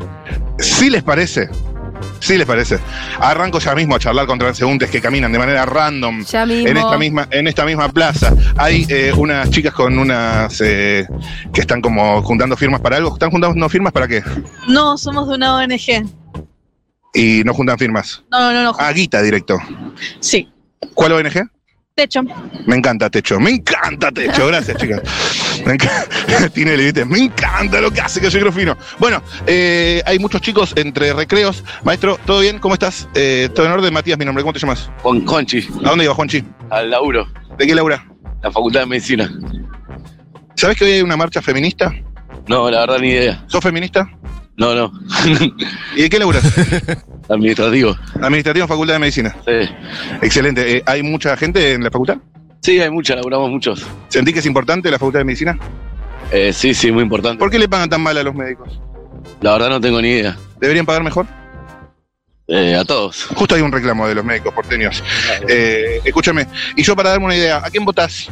Si les parece, si les parece, arranco ya mismo a charlar con transeúntes que caminan de manera random Ya mismo. en esta misma, en esta misma plaza. Hay eh, unas chicas con unas eh, que están como juntando firmas para algo. ¿Están juntando firmas para qué? No, somos de una O N G. Y no juntan firmas. No, no, no. Ah, guita directo. Sí. ¿Cuál O N G? Techo. Me encanta Techo, me encanta Techo, gracias chicas. Me encanta. Tinelli, ¿viste? Me encanta lo que hace que yo creo fino. Bueno, eh, hay muchos chicos entre recreos. Maestro, ¿todo bien? ¿Cómo estás? Eh, todo en orden, Matías, mi nombre, ¿cómo te llamas? Juan Conchi, ¿A dónde ibas, Juanchi? al laburo, ¿De qué labura? la Facultad de Medicina. ¿Sabés que hoy hay una marcha feminista? No, la verdad ni idea. ¿Sos feminista? No, no. ¿Y de qué laburas? Administrativo. Administrativo en Facultad de Medicina. Sí. Excelente. Eh, ¿Hay mucha gente en la facultad? Sí, hay mucha, laburamos muchos. ¿Sentí que es importante la Facultad de Medicina? Eh, sí, sí, muy importante. ¿Por qué le pagan tan mal a los médicos? La verdad no tengo ni idea. ¿Deberían pagar mejor? Eh, a todos. Justo hay un reclamo de los médicos porteños. Eh, escúchame, y yo para darme una idea, ¿a quién votás?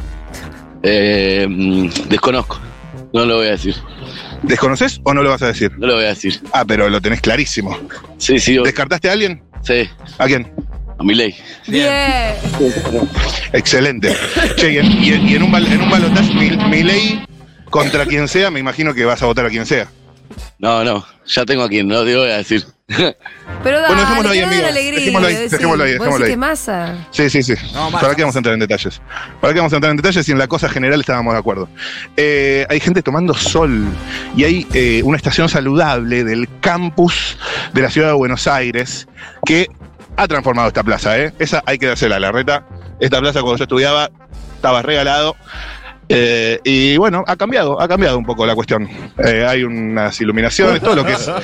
Eh, mm, desconozco. No lo voy a decir. ¿Desconoces o no lo vas a decir? No lo voy a decir. Ah, pero lo tenés clarísimo. Sí, sí. o- ¿Descartaste a alguien? Sí, ¿A quién? a mi ley. Bien. Excelente. Che, y en, y en- y en un, bal- en un balotaje, mi, mi ley contra quien sea, me imagino que vas a votar a quien sea. No, no, ya tengo a quien, no te voy a decir. Pero dale, Bueno, dejémoslo ahí, que me den amigo. alegría. Dejémoslo ahí, decí. dejémoslo ahí, ¿Vos dejémoslo decís ahí. que masa? Sí, sí, sí. No, más. ¿Para qué vamos a entrar en detalles? ¿Para qué vamos a entrar en detalles si en la cosa general estábamos de acuerdo? Eh, hay gente tomando sol y hay eh, una estación saludable del campus de la ciudad de Buenos Aires que ha transformado esta plaza, ¿eh? Esa hay que dársela a la reta. Esta plaza cuando yo estudiaba estaba regalado. Eh, y bueno, ha cambiado, ha cambiado un poco la cuestión. Eh, hay unas iluminaciones, todo lo que es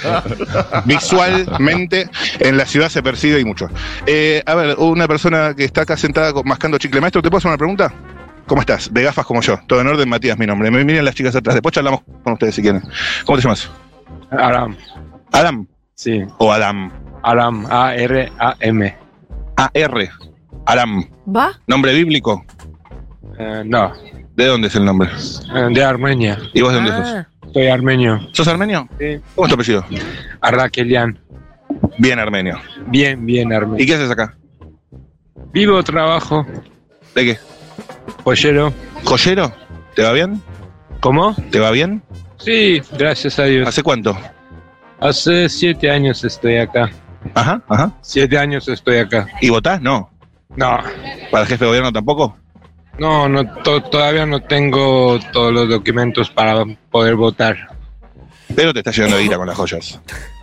visualmente en la ciudad se percibe y mucho. Eh, a ver, una persona que está acá sentada con- mascando chicle. Maestro, ¿te puedo hacer una pregunta? ¿Cómo estás? De gafas como yo. Todo en orden, Matías, mi nombre. Me miren las chicas atrás. Después charlamos con ustedes si quieren. ¿Cómo te llamas? Aram, ¿Adam sí. o Adam? Aram, A R A M. A R. Aram. ¿Va? ¿Nombre bíblico? Eh, no, ¿De dónde es el nombre? eh, de Armenia. ¿Y vos de dónde Ah. Soy armenio. sos? ¿Sos armenio? Sí. ¿Cómo es tu apellido? Arrakelian. Bien armenio. Bien, bien ¿Y armenio. qué haces acá? Vivo, trabajo, ¿De qué? joyero. ¿Joyero? ¿Te va bien? ¿Cómo? ¿Te va bien? Sí, gracias a Dios. ¿Hace cuánto? Hace siete años estoy acá. Ajá, ajá. Siete años estoy acá. ¿Y votás? No. No, ¿Para el jefe de gobierno tampoco? no, no to- todavía no tengo todos los documentos para poder votar. Pero te está llegando guita con las joyas.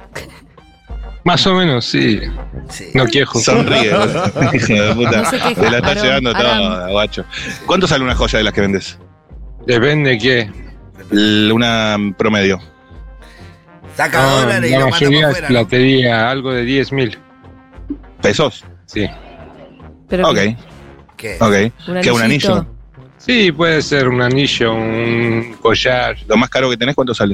Más o menos, sí. Sí. No quejo. Sonríe, hijo de puta. No se queja, Te la está Aarón, llevando Aram. toda, guacho. ¿Cuánto sale una joya de las que vendes? Depende qué. L- Una promedio. Saca No, dólares y la lo manda mayoría para es afuera. ¿no? platería, algo de diez mil. ¿Pesos? Sí. Pero Ok, que- ¿Qué? ok. ¿Un ¿Qué, un anillito? anillo? Sí, puede ser un anillo, un collar. ¿Lo más caro que tenés cuánto sale?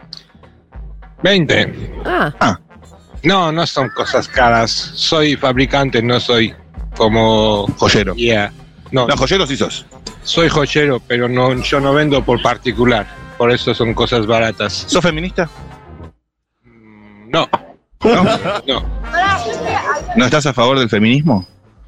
veinte. Ah, No, no son cosas caras. Soy fabricante, no soy como Joyero. yeah. No, No, joyero sí sos. soy joyero, pero no, yo no vendo por particular. Por eso son cosas baratas. ¿Sos feminista? No, ¿No? no, ¿No estás a favor del feminismo?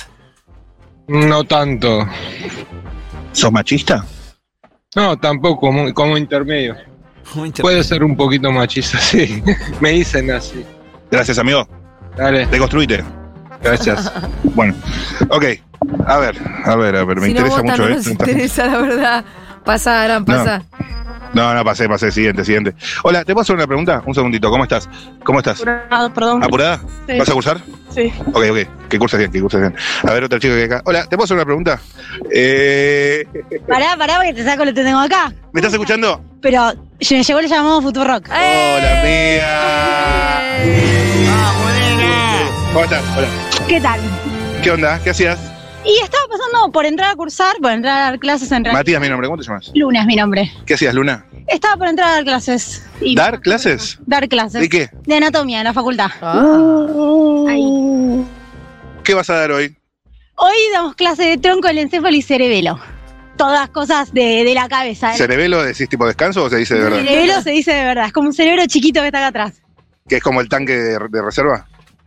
no tanto. ¿Sos machista? No, tampoco, como, como intermedio. Muy inter- Puede ser un poquito machista, sí. Me dicen así. Gracias, amigo. Dale, Deconstruite. gracias. Bueno, ok. A ver, a ver, a ver. Me si no interesa votan, mucho no nos esto. interesa, la verdad. Pasa, Aram, No. pasa. No, no, pasé, pasé. Siguiente, siguiente. Hola, ¿te puedo hacer una pregunta? Un segundito. ¿Cómo estás? ¿Cómo estás? Perdón. ¿Apurada? Sí. ¿Vas a cursar? Sí. Ok, ok. Que curses bien, que curses bien. A ver, otra chica que hay acá. Hola, ¿te puedo hacer una pregunta? Eh, Pará, pará, porque te saco lo que tengo acá. ¿Me estás escuchando? Pero se me llegó el llamado Futurock. Hola, amiga. ¡Vamos, nena! ¿Cómo estás? Hola. ¿Qué tal? ¿Qué onda? ¿Qué hacías? Y estaba pasando por entrar a cursar, por entrar a dar clases en realidad. Matías, mi nombre, ¿cómo te llamas? Luna es mi nombre. ¿Qué hacías, Luna? Estaba por entrar a dar clases. Y ¿Dar clases? Dar clases. ¿De qué? De anatomía en la facultad. Ah. Ahí. ¿Qué vas a dar hoy? Hoy damos clase de tronco, del encéfalo y cerebelo. Todas cosas de, de la cabeza. ¿eh? ¿Cerebelo decís tipo descanso o se dice de verdad? Cerebelo se dice de verdad, es como un cerebro chiquito que está acá atrás. ¿Que es como el tanque de, de reserva?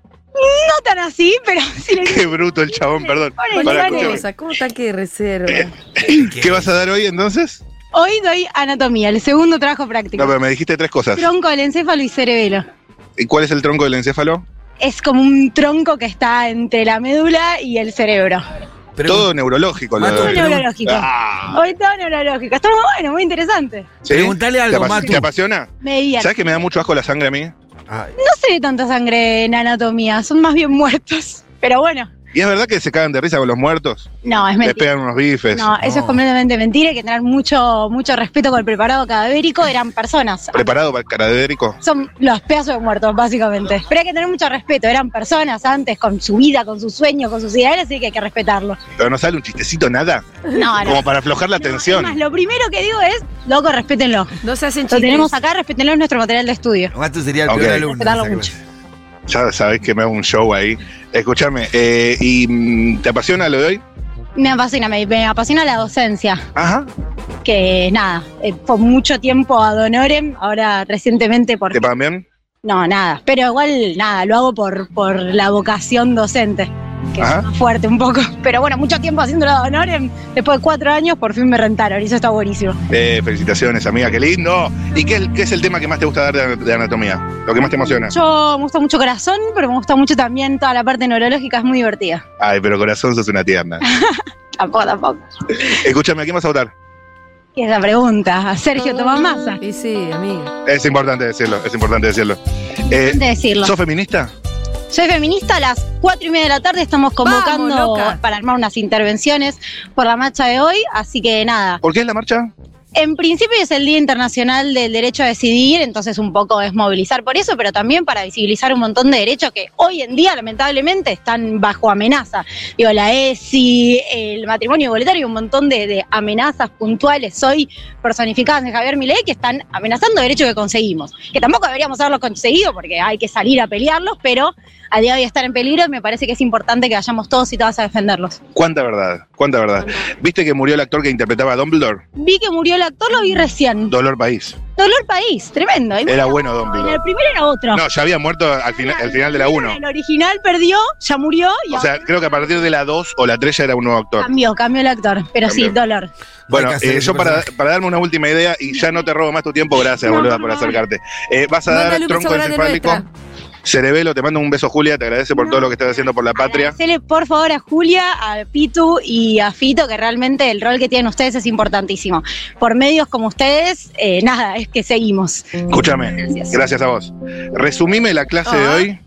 No tan así, pero sí le Qué bruto el chabón, perdón. Ponele, Pará, ponele. escúchame. ¿Cómo tanque de reserva? ¿Qué vas a dar hoy entonces? Hoy doy anatomía, el segundo trabajo práctico. No, pero me dijiste tres cosas. Tronco, del encéfalo y cerebelo. ¿Y cuál es el tronco del encéfalo? Es como un tronco que está entre la médula y el cerebro. Pero- Todo neurológico. lo Matu, Todo de- pero- neurológico. Ah. Hoy todo neurológico. Está muy bueno, muy interesante. ¿Sí? Preguntale algo, ¿Te, apa- Matu. ¿Te apasiona? Me divierte. ¿Sabes que me da mucho asco la sangre a mí? Ay, No se ve tanta sangre en anatomía, son más bien muertos. Pero bueno, ¿Y es verdad que se cagan de risa con los muertos? no, es Les mentira. pegan unos bifes. No, eso No. es completamente mentira. Hay que tener mucho, mucho respeto con el preparado cadavérico. Eran personas. ¿Preparado para el cadavérico? Son los pedazos de muertos, básicamente. Pero hay que tener mucho respeto. Eran personas antes, con su vida, con sus sueños, con sus ideales, así que hay que respetarlo. Pero no sale un chistecito, nada. No, no. Como para aflojar la No, tensión. además, lo primero que digo es, loco, respétenlo. No se hacen Lo chistes. tenemos acá, respétenlo en nuestro material de estudio. Matu sería el Ok. peor alumno. Respetarlo de esa mucho. clase. Ya sabés que me hago un show ahí. Escúchame, eh, ¿y mm, te apasiona lo de hoy? Me apasiona, me, me apasiona la docencia. Ajá. Que nada, eh, por mucho tiempo ad honorem, ahora recientemente por... ¿Te pagan bien? No, nada. Pero igual, nada, lo hago por, por la vocación docente. Que Ajá. es más fuerte un poco. Pero bueno, mucho tiempo haciéndolo ad honorem. Después de cuatro años, por fin me rentaron. Y eso está buenísimo. Eh, felicitaciones, amiga, qué lindo. ¿Y qué, es- qué es el tema que más te gusta dar de, de anatomía? Lo que más te emociona. Yo me gusta mucho corazón, pero me gusta mucho también toda la parte neurológica, es muy divertida. Ay, pero corazón, sos una tierna. Tampoco, tampoco. Escúchame, ¿a quién vas a votar? ¿Qué es la pregunta? A Sergio Tomás Massa. Y sí, amiga. Es importante decirlo, es importante decirlo. Eh, Antes de decirlo. ¿Sos feminista? Soy feminista, a las cuatro y media de la tarde estamos convocando Vamos, loca. para armar unas intervenciones por la marcha de hoy, así que nada. ¿Por qué es la marcha? En principio es el Día Internacional del Derecho a Decidir, entonces un poco es movilizar por eso, pero también para visibilizar un montón de derechos que hoy en día lamentablemente están bajo amenaza. Digo, la E S I, el matrimonio igualitario, un montón de, de amenazas puntuales hoy personificadas en Javier Milei que están amenazando derechos que conseguimos. Que tampoco deberíamos haberlos conseguido porque hay que salir a pelearlos, pero a día de hoy están en peligro y me parece que es importante que vayamos todos y todas a defenderlos. ¿Cuánta verdad? ¿Cuánta verdad? ¿Viste que murió el actor que interpretaba a Dumbledore? Vi que murió el actor, lo vi recién. Dolor País. Dolor País, tremendo. Y Era bueno, bueno Dumbledore. En el primero era otro. No, ya había muerto al, final al final de la uno. El original perdió, ya murió y O sea, ahora creo que a partir de la dos o la tres ya era un nuevo actor. cambió, cambió el actor. Pero sí, Cambió. dolor. Bueno, Hay que hacer eh, ese yo para, personaje. para darme una última idea y ya no te robo más tu tiempo, gracias, No, boluda, por por favor. acercarte. Eh, vas a dar Mándale un beso tronco grande encefálico, nuestra. cerebelo, te mando un beso, Julia, te agradece por No. todo lo que estás haciendo por la patria. Agradecele por favor a Julia, a Pitu y a Fito, que realmente el rol que tienen ustedes es importantísimo. Por medios como ustedes, eh, nada, es que seguimos. Escúchame, Gracias. gracias a vos. Resumime la clase de Ah. hoy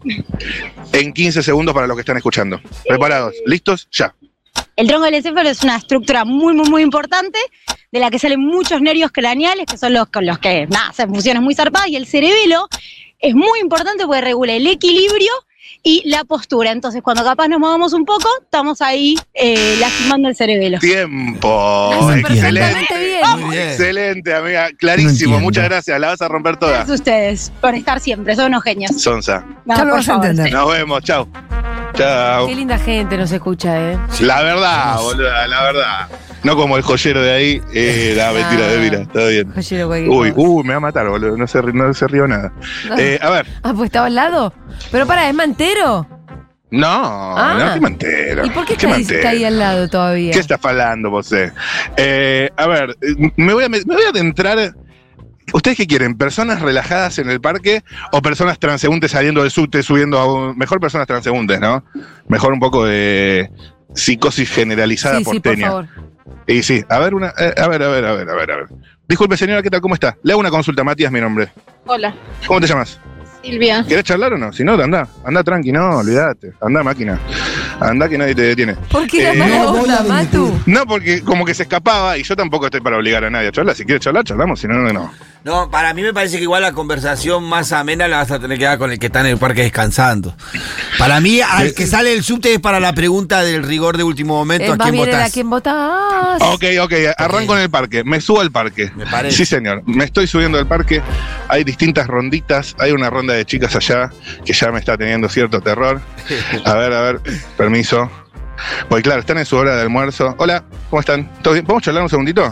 en quince segundos para los que están escuchando. ¿Preparados? ¿Listos? Ya. El tronco del encéfalo es una estructura muy, muy, muy importante, de la que salen muchos nervios craneales, que son los con los que, nada, hacen funciones muy zarpadas, y el cerebelo es muy importante porque regula el equilibrio y la postura. Entonces, cuando capaz nos movamos un poco, estamos ahí eh, lastimando el cerebelo. Tiempo. Lo hizo Excelente. perfectamente bien. Muy bien. Excelente, amiga. Clarísimo. entiendo. Muchas gracias. La vas a romper toda. Gracias a ustedes por estar siempre, son unos genios. Sonsa. No, Ya lo por vas a favor. entender. Nos vemos. Chao. Chao. Qué linda gente nos escucha, ¿eh? La verdad, boluda, la verdad. No como el joyero de ahí. Eh, la mentira, Ah. mentira. Todo bien. Joyero, cualquier Uy, cosa. uy, me va a matar, boludo. No se, ri- no se rió nada. Ah. Eh, a ver. Ah, pues estaba al lado. Pero para, ¿es mantero? No, Ah. no, qué mantero. ¿Y por qué, ¿Qué está, ahí- mantero? está ahí al lado todavía? ¿Qué estás falando, vos? eh? Eh, a ver, eh, me voy a, me voy a adentrar. ¿Ustedes qué quieren? ¿Personas relajadas en el parque o personas transeúntes saliendo del subte, subiendo a un... Mejor personas transeúntes, ¿no? Mejor un poco de psicosis generalizada Sí, sí, por porteña. favor. Y sí, a ver, una, eh, a ver, a ver, a ver, a ver, a ver. Disculpe, señora, ¿qué tal? ¿Cómo está? Le hago una consulta, Matías, mi nombre. Hola, ¿Cómo te llamas? Silvia. ¿Querés charlar o no? Si no, anda, anda tranqui, no, olvídate, anda máquina. Anda que nadie te detiene. ¿Por qué era Eh, mala no voy onda, a dimitir. Matu? No, porque como que se escapaba y yo tampoco estoy para obligar a nadie a charlar. Si quieres charlar, charlamos, si no, no, no. No, para mí me parece que igual la conversación más amena la vas a tener que dar con el que está en el parque descansando. Para mí, al que sale del subte es para la pregunta del rigor de último momento, Es ¿a más quién bien era votás? a quién votás. Ok, ok, arranco en el parque. Me subo al parque. Me parece. Sí, señor. Me estoy subiendo al parque. Hay distintas ronditas. Hay una ronda de chicas allá que ya me está teniendo cierto terror. A ver, a ver. Permiso. Pues claro, están en su hora de almuerzo. Hola, ¿cómo están? ¿Todo bien? ¿Podemos charlar un segundito?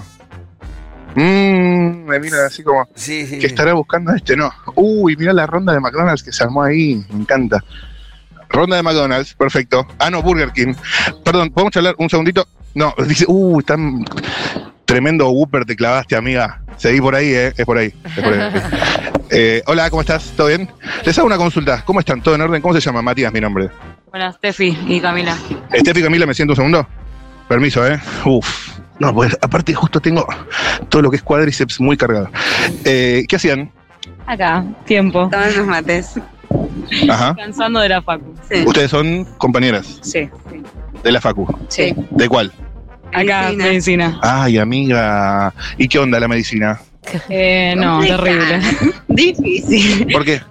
Mmm, me mira así como... Sí, sí. ¿Qué estará buscando este? No. Uy, mira la ronda de McDonald's que se armó ahí. Me encanta. Ronda de McDonald's, perfecto. Ah, no, Burger King. Perdón, ¿podemos charlar un segundito? No, dice, uh, tan tremendo Whopper te clavaste, amiga. Seguí por ahí, ¿eh? Es por ahí. Es por ahí. Eh, hola, ¿cómo estás? ¿Todo bien? Les hago una consulta. ¿Cómo están? ¿Todo en orden? ¿Cómo se llama? Matías, mi nombre. Bueno, Steffi y Camila. Steffi, Camila, ¿me siento un segundo? Permiso, ¿eh? Uf. No, pues aparte justo tengo todo lo que es cuádriceps muy cargado. Eh, ¿Qué hacían? Acá, tiempo. Tomando unos mates. Ajá. Cansando de la facu. Sí. ¿Ustedes son compañeras Sí. de la facu? Sí. ¿De cuál? Acá, medicina. Ay, amiga. ¿Y qué onda la medicina? Eh, no, terrible. Difícil. ¿Por qué?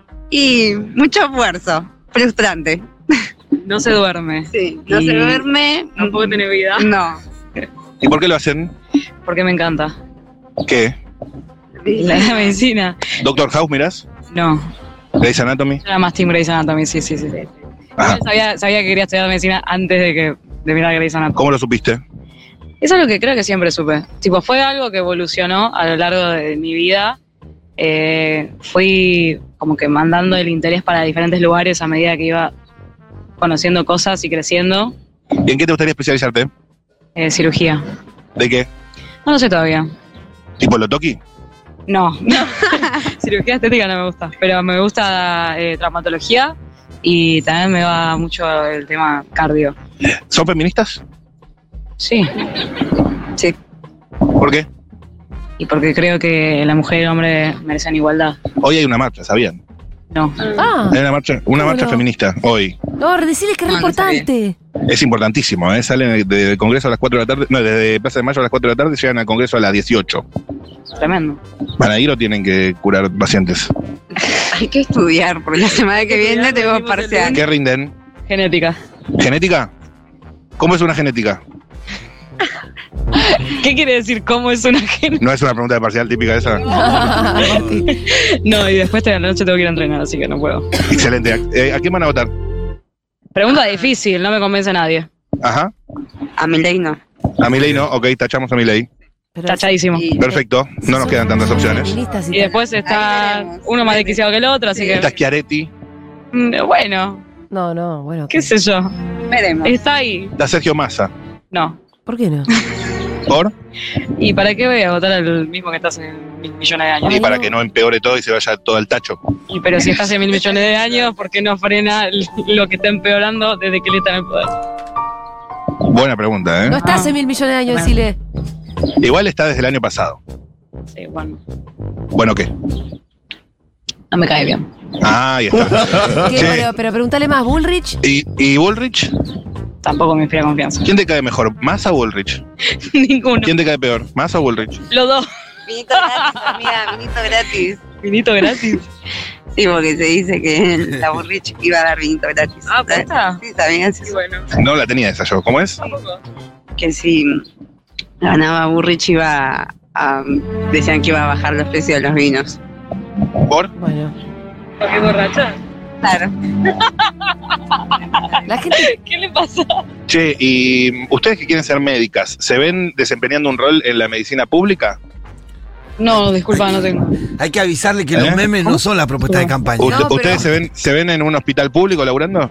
Y mucho esfuerzo. Frustrante. No se duerme. Sí, no Y se duerme. Tampoco tiene vida. No. ¿Y por qué lo hacen? Porque me encanta. ¿Qué? La, la medicina. ¿Doctor House mirás? No. ¿Grey's Anatomy? Era más Team Grey's Anatomy, sí, sí, sí. Ajá. Sabía, sabía que quería estudiar medicina antes de que de mirar Grey's Anatomy. ¿Cómo lo supiste? Eso es lo que creo que siempre supe. Tipo, fue algo que evolucionó a lo largo de mi vida. Eh, fui como que mandando el interés para diferentes lugares a medida que iba conociendo cosas y creciendo. ¿Y en qué te gustaría especializarte? Eh, cirugía. ¿De qué? No lo sé todavía. ¿Tipo Lotoki? No, no. Cirugía estética no me gusta, pero me gusta eh, traumatología y también me va mucho el tema cardio. ¿Son feministas? Sí. Sí. ¿Por qué? Y porque creo que la mujer y el hombre merecen igualdad. Hoy hay una marcha, ¿sabían? No. Ah, Hay una marcha, una ¿Cómo marcha no? feminista, hoy. no, decirles que es No, no importante. Es importantísimo, ¿eh? Salen del Congreso a las cuatro de la tarde, no, desde Plaza de Mayo a las cuatro de la tarde, llegan al Congreso a las dieciocho. Tremendo. ¿Van a ir o tienen que curar pacientes? Hay que estudiar, porque la semana que viene tengo parcial. ¿Qué rinden? Genética. ¿Genética? ¿Cómo es una genética? ¿Qué quiere decir cómo es una genética? No es una pregunta de parcial típica esa. No, y después de la noche tengo que ir a entrenar, así que no puedo. Excelente. Eh, ¿A quién van a votar? Pregunta difícil, no me convence a nadie. Ajá. A mi ley no. A Milei no, ok, tachamos a Milei. Tachadísimo. Y- Perfecto, no nos quedan tantas opciones. Feministas y Y después está Ahí veremos. uno más desquiciado que el otro, así Está que. Schiaretti, mm, Bueno, No, no, bueno. qué sé yo. Veremos. Está ahí. está Sergio Massa. No. ¿Por qué no? ¿Por? ¿Y para qué voy a votar al mismo que está hace mil millones de años? Y para que no empeore todo y se vaya todo al tacho. Y pero si está hace mil millones de años, ¿por qué no frena lo que está empeorando desde que él está en el poder? Buena pregunta, ¿eh? No está hace mil millones de años, decirle. Igual está desde el año pasado. Sí, bueno. Bueno, ¿qué? No me cae bien. Ah, ahí está. ¿Qué? Sí. Pero, pero pregúntale más, ¿Bullrich? ¿Y, ¿Y Bullrich? Tampoco me inspira confianza. ¿Quién te cae mejor, Massa o Bullrich? Ninguno. ¿Quién te cae peor, Massa o Bullrich? Los dos. Vinito gratis, amiga, vinito gratis. Vinito gratis. Sí, porque se dice que la Burrich iba a dar vinito gratis. Ah, ¿posta? Sí, también así. Y bueno. No la tenía esa yo. ¿Cómo es? Tampoco. Que si ganaba Burrich iba a... Decían que iba a bajar los precios de los vinos. ¿Por? Bueno. ¿Por qué borracha? Claro. La gente. ¿Qué le pasó? Che, ¿y ustedes que quieren ser médicas, se ven desempeñando un rol en la medicina pública? No, disculpa, no tengo. Hay que avisarle que ¿Eh? los memes no son la propuesta de campaña. ¿Usted- No, pero- ¿Ustedes se ven, se ven en un hospital público laburando?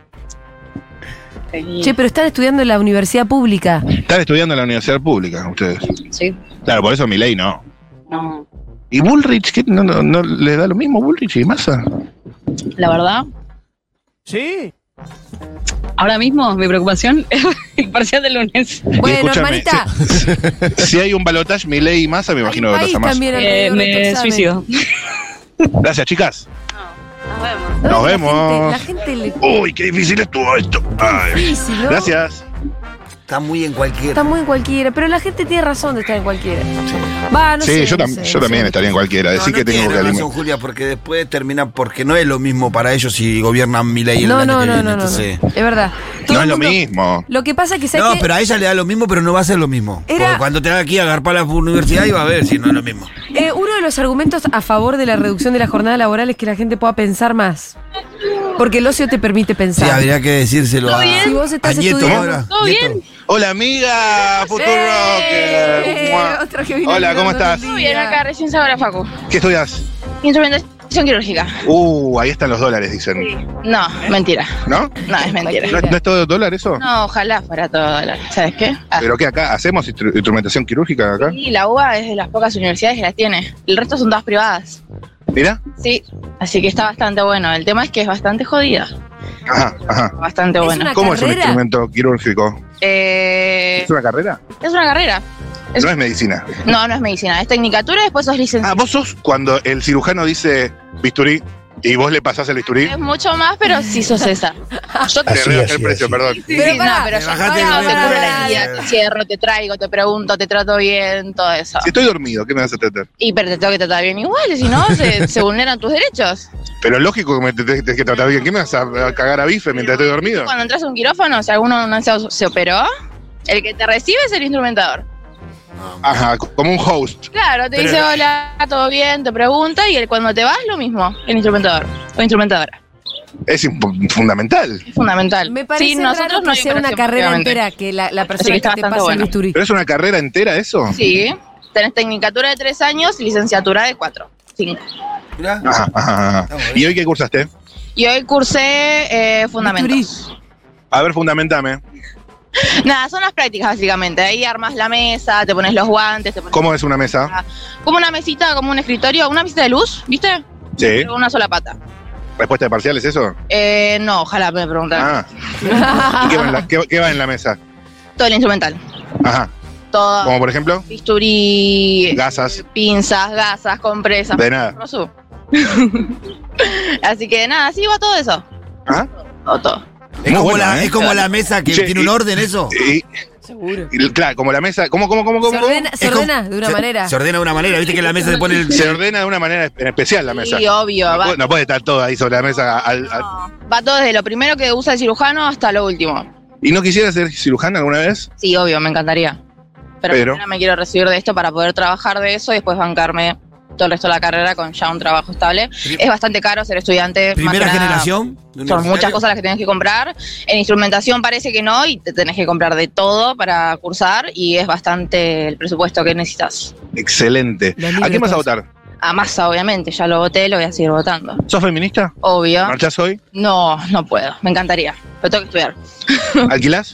Che, pero están estudiando en la universidad pública. Están estudiando en la universidad pública, ustedes. Sí. Claro, por eso Milei no. No. ¿Y Bullrich? ¿Qué? ¿No, no, no le da lo mismo Bullrich y Massa? La verdad, Sí. ahora mismo mi preocupación es el parcial del lunes. Bueno, escúchame, hermanita. Si, si hay un balotaje Milei y Massa, me imagino que Hay un votas a país Massa. también Eh, alrededor de tu me examen. suicido. Gracias, chicas. Nos vemos. Nos La vemos. gente, la gente le... Uy, qué difícil estuvo esto. Ay. Difícil, ¿no? Gracias. Está muy en cualquiera. Está muy en cualquiera, pero la gente tiene razón de estar en cualquiera. Va, no sí, sé, yo, no tam- sé, yo no también sé. estaría en cualquiera. Decir No, que no tengo tiene que razón, alimentar. Julia, porque después termina, porque no es lo mismo para ellos si gobiernan Milei el No, año no, que no, viene, no, no, entonces... no. Es verdad. Todo No el es lo mundo- mismo. Lo que pasa es que ¿sabes No, qué? pero a ella le da lo mismo, pero no va a ser lo mismo. Era- Porque cuando te haga aquí a agarpar la universidad y va a ver si no es lo mismo. Eh, uno de los argumentos a favor de la reducción de la jornada laboral es que la gente pueda pensar más. Porque el ocio te permite pensar. Sí, habría que decírselo a, Si vos estás a Nieto. estudiando- ¿no era? ¿Todo Nieto. bien? Hola, amiga. Futuro Eh, Rocker. Mua. otro que vino Hola, ¿cómo mirando estás? el Muy día. bien, acá recién sabor a Facu. ¿Qué estudias? Instrumentación quirúrgica. Uh, ahí están los dólares, dicen. No, mentira. ¿No? No, es mentira. ¿No, es- no es todo dólar eso? No, ojalá fuera todo dólar. ¿Sabes qué? Ah, ¿Pero qué acá? ¿Hacemos instru- instrumentación quirúrgica acá? sí, la U B A es de las pocas universidades que las tiene. El resto son todas privadas. Mira. Sí, así que está bastante bueno. El tema es que es bastante jodida. Ajá, ajá. Bastante ¿Es bueno. una ¿Cómo es un carrera? instrumento quirúrgico? Eh, ¿Es una carrera? es una carrera. Es- No es medicina. No, no es medicina. Es tecnicatura y después sos Ah, licenciado. vos sos cuando el cirujano dice bisturí y vos le pasás el bisturí. Es mucho más, pero sí sos esa. Yo Te rebajé el precio, perdón. Sí, Pero sí, pará, no, pero te yo bajaste no, el te precio. cubro la guía, te cierro, te traigo, te pregunto, te trato bien, todo eso. Si estoy dormido, ¿qué me vas a tratar? Y pero te tengo que tratar bien igual, si no, se, se vulneran tus derechos. Pero lógico que me te tenés que tratar bien. ¿Qué me vas a, a cagar a bife mientras estoy dormido? Cuando entras a un quirófano, si alguno no se, se operó, el que te recibe es el instrumentador. Ajá, como un host. Claro, te Pero- dice hola, todo bien, te pregunta, y el, cuando te vas, lo mismo, el instrumentador o instrumentadora. Es imp- fundamental. Es fundamental. Me parece sí, nosotros raro no que hay sea una operación, carrera obviamente. entera que la, la Así persona que que, está te bastante pasa el bueno. bisturí. ¿Pero es una carrera entera eso? Sí, tenés tecnicatura de tres años y licenciatura de cuatro, cinco. Mirá. Ajá, ajá, ajá. ¿Y hoy qué cursaste? Y hoy cursé eh, fundamentos. A ver, fundamentame. Nada, son las prácticas básicamente. Ahí armas la mesa, te pones los guantes, te pones ¿Cómo es una mesa? como una mesita, como un escritorio, una mesita de luz, ¿viste? Sí. Pero una sola pata. ¿Respuesta de parciales eso? Eh, no, ojalá me preguntaran. Ah. ¿Y qué va, en la, qué- qué va en la mesa? Todo el instrumental. Ajá. Todo. Como por ejemplo, Bisturí, gasas. pinzas, gasas, compresas. De nada. Rosu. Así que nada, sí va todo eso. Ajá. Todo, todo. Es, Muy como bueno, la, ¿eh? es como la mesa que Che, tiene un y- orden, eso. Y, Seguro. y, claro, como la mesa. ¿Cómo, cómo, cómo, cómo? Se ordena, se Es como- ordena de una se- manera. Se ordena de una manera, viste que en la mesa se pone el. Se ordena de una manera en especial la mesa. Sí, obvio. No Va, puede, no puede estar todo ahí sobre la mesa. al- al- no, va todo desde lo primero que usa el cirujano hasta lo último. ¿Y no quisiera ser cirujana alguna vez? Sí, obvio, me encantaría. Pero, Pero- primero me quiero recibir de esto para poder trabajar de eso y después bancarme todo el resto de la carrera con ya un trabajo estable. Es bastante caro ser estudiante. más Primera que nada, generación. de Son universitario. muchas cosas las que tenés que comprar. En instrumentación parece que no y te tenés que comprar de todo para cursar y es bastante el presupuesto que necesitas. Excelente. La ¿A quién vas a libretas. votar? A Massa, obviamente, ya lo voté, lo voy a seguir votando. ¿Sos feminista? Obvio. ¿Marchás hoy? No, no puedo, me encantaría, pero tengo que estudiar. ¿Alquilás?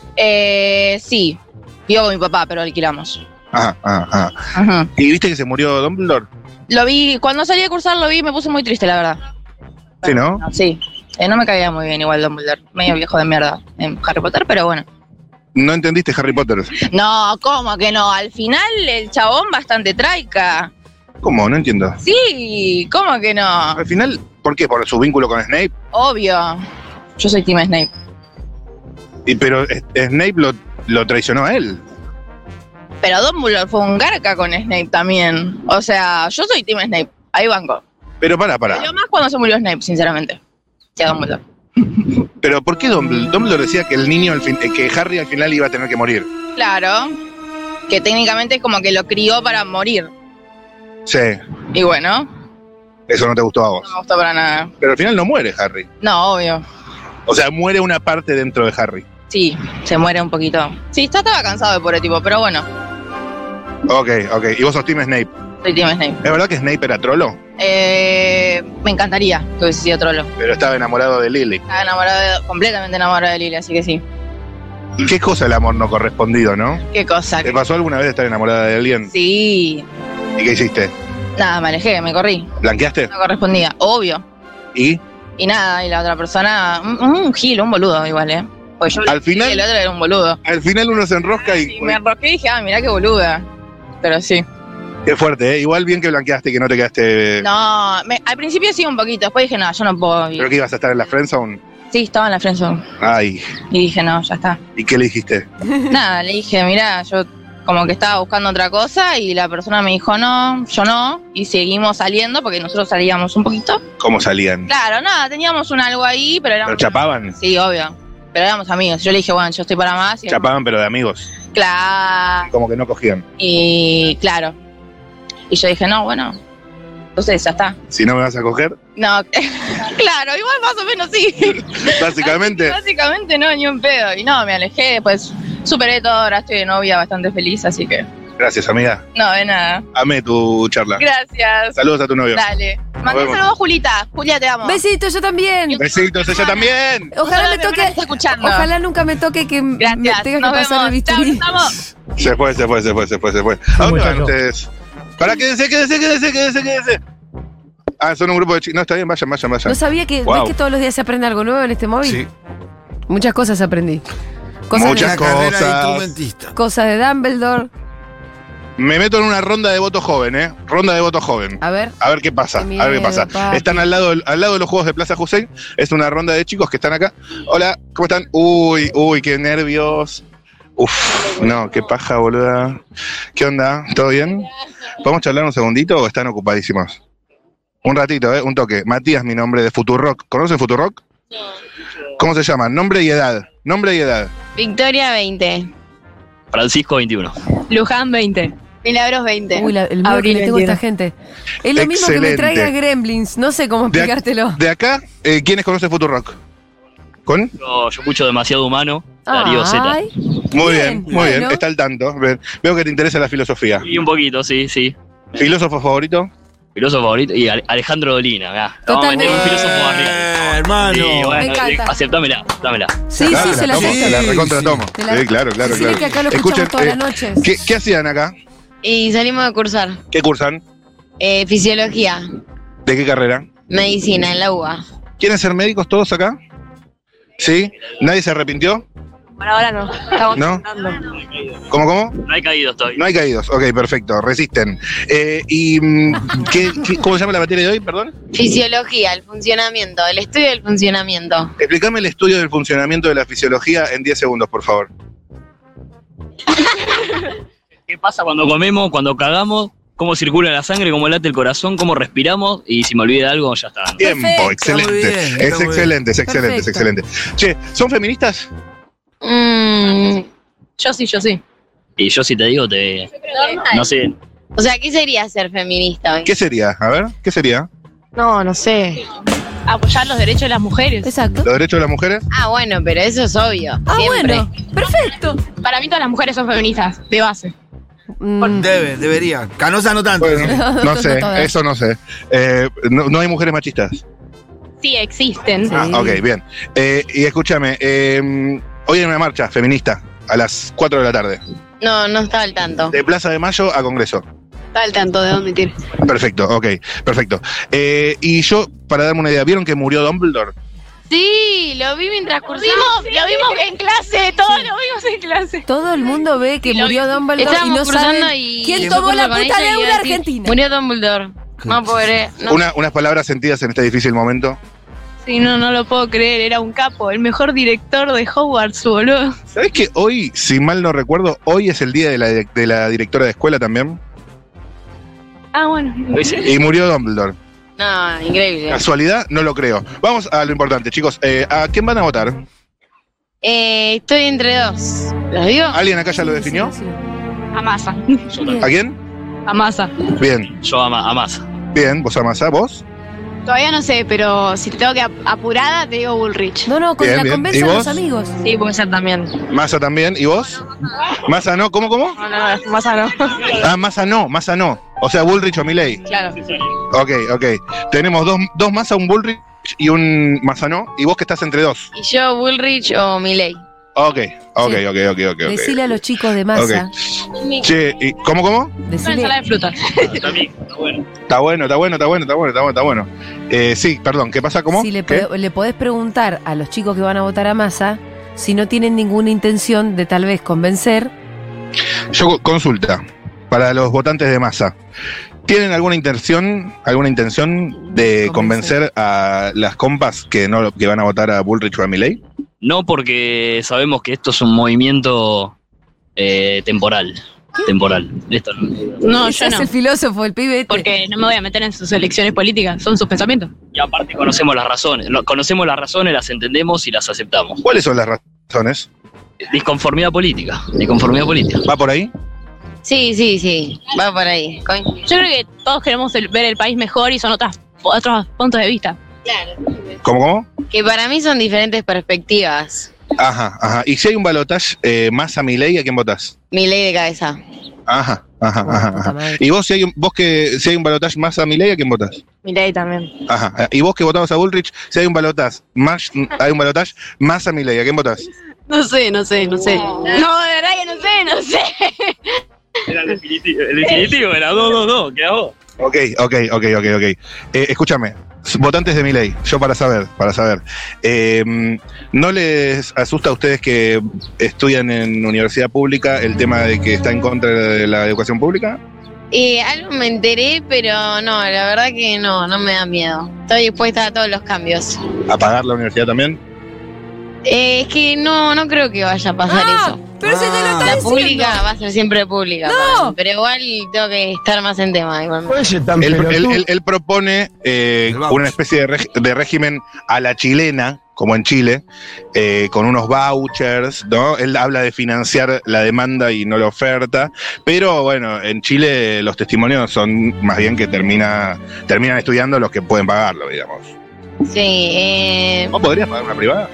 Eh, sí, vivo con mi papá, pero alquilamos. Ajá, ajá, ajá. Ajá. ¿Y viste que se murió Dumbledore? Lo vi, cuando salí a cursar lo vi y me puse muy triste, la verdad. Sí, ¿no? Sí, eh, no me caía muy bien igual Dumbledore, medio viejo de mierda en Harry Potter, pero bueno. No entendiste Harry Potter. No, ¿cómo que no? Al final el chabón bastante traica. ¿Cómo? No entiendo. Sí, ¿cómo que no? Al final, ¿por qué? ¿Por su vínculo con Snape? Obvio. Yo soy Team Snape. Y, pero eh, Snape lo, lo traicionó a él. Pero Dumbledore fue un garca con Snape también. O sea, yo soy Team Snape. Ahí banco. Pero para, para. Lo más cuando se murió Snape, sinceramente. Que a Dumbledore. Pero ¿por qué Dumbledore, Dumbledore decía que el niño, al fin, eh, que Harry al final iba a tener que morir? Claro. Que técnicamente es como que lo crió para morir. Sí. Y bueno, Eso no te gustó a vos. no me gustó para nada. Pero al final no muere Harry. No, obvio. O sea, muere una parte dentro de Harry. Sí, se muere un poquito. Sí, está- estaba cansado de pobre tipo, pero bueno, Ok, ok. ¿Y vos sos Team Snape? soy Team Snape. ¿Es verdad que Snape era trolo? Eh, me encantaría que hubiese sido trolo. Pero estaba enamorado de Lily. Estaba enamorado de- completamente enamorado de Lily, así que sí. ¿Y qué cosa el amor no correspondido, no? Qué cosa. ¿Te pasó alguna vez de estar enamorada de alguien? Sí. ¿Y qué hiciste? Nada, me alejé, me corrí. ¿Blanqueaste? No correspondía, obvio. ¿Y? Y nada, y la otra persona, un, un gil, un boludo igual, ¿eh? Pues yo Al final- y el otro era un boludo. Al final uno se enrosca y... Y me enrosqué y dije, ah, mirá qué boluda. Pero sí. Qué fuerte, ¿eh? Igual bien que blanqueaste y que no te quedaste... No, me- al principio sí un poquito, después dije, no, yo no puedo. ¿Pero que ibas a estar en la friendzone? Sí, estaba en la friendzone. Ay, Y dije, no, ya está. ¿y qué le dijiste? Nada, le dije, mira, yo como que estaba buscando otra cosa y la persona me dijo, no, yo no. Y seguimos saliendo porque nosotros salíamos un poquito. ¿Cómo salían? Claro, nada, teníamos un algo ahí, pero éramos... ¿Pero chapaban? Sí, obvio. Pero éramos amigos. Yo le dije, bueno, yo estoy para más. Y Chapaban, pero de amigos. Claro. Como que no cogían. Y claro. Y yo dije, no, bueno, entonces ya está. Si no me vas a coger, No, claro, igual más o menos sí. básicamente. Básicamente no, ni un pedo. Y no, me alejé, después superé todo, ahora estoy de novia bastante feliz, así que Gracias, amiga. no, de nada. Amé tu charla. Gracias. Saludos a tu novio. Dale. Mandé vemos. saludos a Julita. Julia, te amo. Besitos, yo también. Besitos, ella también. Ojalá me mi hermana toque. te está escuchando. Ojalá nunca me toque que me Gracias, tenga nos que pasar el vemos. Chao, bisturí. nos vamos. Se fue, se fue, se fue, se fue, se fue. ¿A dónde van muchacho. ustedes? Para, quédense, quédense, quédense, quédense, quédense. Ah, son un grupo de chicos. No, está bien, vayan, vayan, vayan. No sabía que, Wow. ¿ves que todos los días se aprende algo nuevo en este móvil? Sí. Muchas cosas aprendí. Cosas Muchas de, Una carrera de cosas. instrumentista. cosas de Dumbledore. Me meto en una ronda de voto joven, ¿eh? Ronda de voto joven. A ver. A ver qué pasa, Qué a ver qué miedo, pasa. papi. Están al lado, del- al lado de los juegos de Plaza Hussein. Es una ronda de chicos que están acá. Hola, ¿cómo están? Uy, uy, qué nervios. Uf, no, qué paja, boluda. ¿Qué onda? ¿Todo bien? ¿Podemos charlar un segundito o están ocupadísimos? Un ratito, ¿eh? Un toque. Matías, mi nombre, de Futurock. ¿Conoce Futurock? ¿Cómo se llama? Nombre y edad. Nombre y edad. Victoria veinte. Francisco veintiuno. Luján veinte. Milagros veinte. Uy, la- el miedo que le tengo a esta gente. Es lo mismo que me Excelente. traiga Gremlins. No sé cómo De, ac- explicártelo. de acá, eh, ¿quiénes conocen Futurock? ¿Con? Yo, yo escucho demasiado humano. Darío Z. Ay, Muy bien, bien, muy bien. bueno. Está al tanto. Ve- Veo que te interesa la filosofía. Y un poquito, sí, sí. ¿Filósofo favorito? Filósofo favorito. Y Ale- Alejandro Dolina, acá. Vamos a meter un Totalmente. filósofo arriba. Eh, hermano. Sí, bueno, Me encanta. aceptámela, aceptámela. Sí, sí, Claro, se la tomo, sé. te la recontra Sí, tomo. Te la- Sí, claro, claro, Sí, claro. que acá lo escuchamos Escuchen, todas eh, las noches. ¿qué, qué hacían acá? Y salimos a cursar. ¿Qué cursan? Eh, fisiología. ¿De qué carrera? Medicina en la U B A. ¿Quieren ser médicos todos acá? ¿Sí? ¿Nadie se arrepintió? Por ahora no. Estamos ¿No? intentando. ¿Cómo, cómo? No hay caídos todavía. No hay caídos. Ok, perfecto. Resisten. Eh, ¿Y mm, ¿qué, qué- cómo se llama la materia de hoy, perdón? Fisiología, el funcionamiento, el estudio del funcionamiento. Explícame el estudio del funcionamiento de la fisiología en diez segundos, por favor. ¿Qué pasa cuando comemos, cuando cagamos? ¿Cómo circula la sangre? ¿Cómo late el corazón? ¿Cómo respiramos? Y si me olvida algo, ya está. Tiempo, Perfecto. excelente. Está muy bien, está es muy excelente, es excelente, es Perfecto. excelente. Che, ¿son feministas? Mm, Yo sí, yo sí. Y yo si te digo, te... No sé. o sea, ¿qué sería ser feminista hoy? ¿Qué sería? A ver, ¿qué sería? No, no sé. Apoyar los derechos de las mujeres. Exacto. ¿Los derechos de las mujeres? Ah, bueno, pero eso es obvio. Ah, siempre. bueno. Perfecto. Para mí todas las mujeres son feministas, de base. Mm, Debe, debería. Canosa no tanto. Bueno, no No sé, todas. eso no sé. Eh, no, no hay mujeres machistas. Sí, existen. Sí. Ah, ok, bien. Eh, y escúchame, eh, hoy hay una marcha feminista a las cuatro de la tarde. No, no estaba al tanto. De Plaza de Mayo a Congreso. Estaba al tanto de dónde tiene. Perfecto, ok, perfecto. Eh, y yo, para darme una idea, ¿vieron que murió Dumbledore? Sí, lo vi mientras Lo cursamos. vimos, lo vimos en clase, todos lo vimos en clase. Todo el mundo ve que Sí, lo murió vi. Dumbledore y Estábamos no cruzando saben y quién me tomó la acuerdo con puta ella y iba deuda a decir, argentina. Murió Dumbledore. No, pobre. No. Una- unas palabras sentidas en este difícil momento. Sí, no, no lo puedo creer, era un capo, el mejor director de Hogwarts, boludo. ¿Sabés que hoy, si mal no recuerdo, hoy es el día de la, de la directora de escuela también? Ah, bueno. Y murió Dumbledore. No, increíble. ¿Casualidad? No lo creo. Vamos a lo importante, chicos. Eh, ¿A quién van a votar? Eh, estoy entre dos. ¿Los digo? ¿Alguien acá ya lo definió? A masa. ¿A quién? A masa. Bien, Yo ama, a masa. bien. ¿Vos amasa? ¿Vos? Todavía no sé, pero si te tengo que ap- apurada, te digo Bullrich. No, no, con Bien, la bien. convenza ¿Y de vos? los amigos. Sí, puede ser también. Masa también. ¿Y vos? Masa no. ¿Cómo, cómo? No, no, no, masa no. Ah, Masa no, Masa no. O sea, Bullrich o Milei. Claro. Ok, ok. Tenemos dos, dos Masa, un Bullrich y un Masa no. Y vos que estás entre dos. ¿Y yo, Bullrich o Milei? Ok, ok, Sí. ok, ok, ok. ok. Decile a los chicos de masa. Che, ¿y ¿cómo, cómo? Una Decile, ensalada de frutas. También, está bueno. Está bueno, está bueno, está bueno, está bueno, está bueno, está bueno. Eh, sí, perdón, ¿qué pasa? ¿Cómo? si le, ¿Qué? pe- le podés preguntar a los chicos que van a votar a masa si no tienen ninguna intención de tal vez convencer. Yo, consulta. para los votantes de Massa. ¿Tienen alguna intención, alguna intención de convencer a las compas que no que van a votar a Bullrich o a Milei? No, porque sabemos que esto es un movimiento eh, temporal. Temporal. Esto no. No, Ese yo es no. el filósofo, el pibe. este. Porque no me voy a meter en sus elecciones políticas, son sus pensamientos. Y aparte conocemos las razones. No, conocemos las razones, las entendemos y las aceptamos. ¿Cuáles son las razones? Disconformidad política. Disconformidad política. ¿Va por ahí? Sí, sí, sí, va por ahí. Coin- Yo creo que todos queremos el- ver el país mejor y son otras, otros puntos de vista. Claro. ¿Cómo, cómo? Que para mí son diferentes perspectivas. Ajá, ajá. ¿Y si hay un balotaje eh, Massa Milei, a quién votás? Mi ley de cabeza. Ajá, ajá, ajá, ajá. ¿Y vos si hay un, vos que si hay un balotaje Massa Milei, a quién votás? Milei también. Ajá. ¿Y vos que votabas a Bullrich, si hay un balotaje más hay un balotaje Massa Milei, a quién votás? No sé, no sé, no sé. No, de verdad que no sé, no sé. Era el definitivo, el definitivo era dos, dos, dos, ¿qué hago? Ok, ok, ok, ok, ok. Eh, escúchame, votantes de Milei, yo para saber, para saber. Eh, ¿No les asusta a ustedes que estudian en universidad pública el tema de que está en contra de la educación pública? Y algo me enteré, pero no, la verdad que no, no me da miedo. Estoy dispuesta a todos los cambios. ¿A pagar la universidad también? Eh, es que no, no creo que vaya a pasar Ah, eso. pero se te lo está La diciendo. pública va a ser siempre pública. No. para mí, pero igual tengo que estar más en tema. Igualmente. Él, él- él- él propone eh, una especie de, reg- de régimen a la chilena, como en Chile, eh, con unos vouchers, ¿no? Él habla de financiar la demanda y no la oferta, pero bueno, en Chile los testimonios son más bien que termina, terminan estudiando los que pueden pagarlo, digamos. Sí, eh, ¿Vos podrías pagar una privada?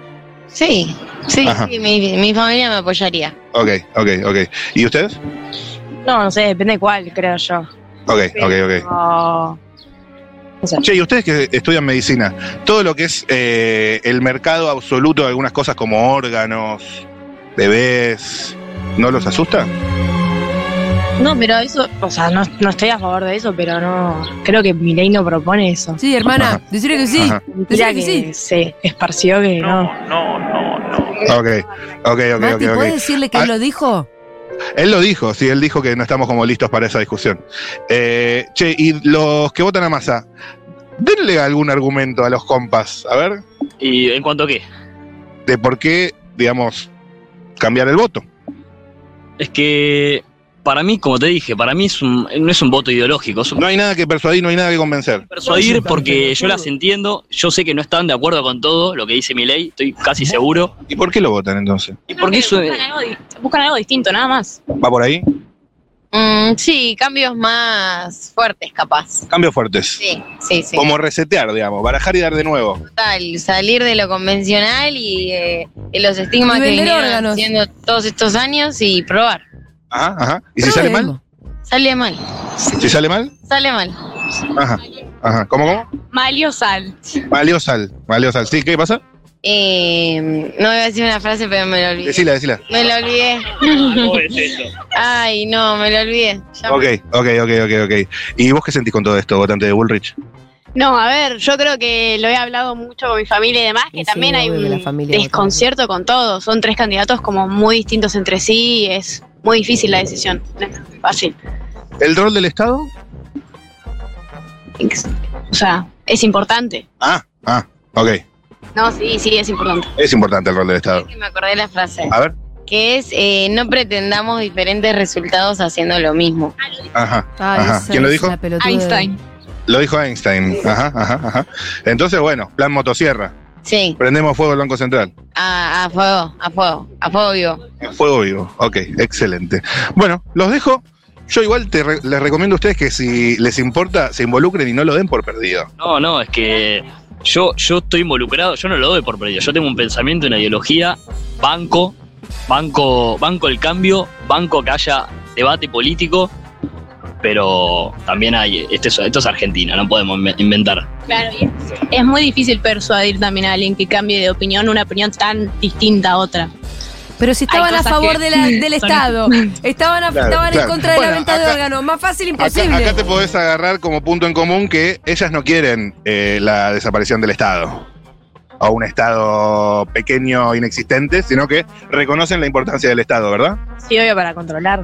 sí, sí, Ajá. sí, mi, mi familia me apoyaría. Ok, ok, ok. ¿Y ustedes? No, no sé, depende de cuál, creo yo. Ok, ok, ok. No. Che, y ustedes que estudian medicina, todo lo que es eh, el mercado absoluto de algunas cosas como órganos, bebés, ¿no los asusta? No, pero eso, o sea, no, no estoy a favor de eso, pero no. Creo que Milei no propone eso. Sí, hermana, decirle que sí. Ajá. Mentira Decirle que, que sí. se esparció que no. Ok, ok, ok, Mati, ok, ok. ¿puedes decirle que Ah, él lo dijo? Él lo dijo, sí, él dijo que no estamos como listos para esa discusión. Eh, che, y los que votan a Massa, denle algún argumento a los compas, a ver, ¿Y en cuanto a qué? de por qué, digamos, cambiar el voto. Es que para mí, como te dije, para mí es un, no es un voto ideológico. Es un No hay nada que persuadir, no hay nada que convencer. persuadir porque yo las entiendo. Yo sé que no están de acuerdo con todo lo que dice Milei, estoy casi seguro. ¿Y por qué lo votan entonces? Y porque eso buscan, algo, di- buscan algo distinto, nada más. ¿Va por ahí? Mm, sí, cambios más fuertes, capaz. Cambios fuertes. Sí, sí, sí. Como resetear, digamos, barajar y dar de nuevo. Total, salir de lo convencional y eh, de los estigmas Y que vender vinieron órganos. haciendo todos estos años y probar. Ajá, ajá. ¿Y si sale mal? Sale mal, ¿Si sale mal? sale mal. Ajá, ajá. ¿Cómo, cómo? Malio Sal. Valió sal, valió sal. ¿Sí? ¿Qué pasa? Eh, no voy a decir una frase, pero me lo olvidé. Decila, decila. Me lo olvidé. ¿Cómo es eso? Ay, no, me lo olvidé. Ya Ok, me- ok, ok, ok, ok. ¿Y vos qué sentís con todo esto, votante de Bullrich? No, a ver, yo creo que lo he hablado mucho con mi familia y demás, que Sí, también sí, hay obvio que la un familia desconcierto con todo. Son tres candidatos como muy distintos entre sí y es muy difícil la decisión. No es fácil. ¿El rol del Estado? O sea, es importante. Ah, ah, ok. No, sí, sí, es importante. Es importante el rol del Estado. Me acordé de la frase. A ver. Que es, eh, no pretendamos diferentes resultados haciendo lo mismo. Ajá, Ay, ajá. esa ¿Quién lo es dijo? una pelotuda de- Einstein. Lo dijo Einstein. Ajá, ajá, ajá. Entonces, bueno, plan motosierra. Sí, Prendemos fuego al Banco Central. a, a fuego, a fuego, a fuego vivo. Fuego vivo. Ok, excelente. Bueno, los dejo. Yo igual te re- les recomiendo a ustedes que si les importa, se involucren y no lo den por perdido. No, no, es que yo, yo estoy involucrado, yo no lo doy por perdido. Yo tengo un pensamiento, una ideología, banco, banco, banco el cambio, banco que haya debate político, pero también hay, esto es, esto es Argentina, no podemos inve- inventar. Claro, y es, es muy difícil persuadir también a alguien que cambie de opinión, una opinión tan distinta a otra. Pero si estaban Hay a cosas favor que de la- del son- Estado, estaban, a- Claro, estaban claro. en contra de Bueno, la venta de acá- órganos. Más fácil, Acá, imposible. acá te podés agarrar como punto en común que ellas no quieren eh, la desaparición del Estado. O un Estado pequeño, inexistente, sino que reconocen la importancia del Estado, ¿verdad? Sí, obvio, para controlar.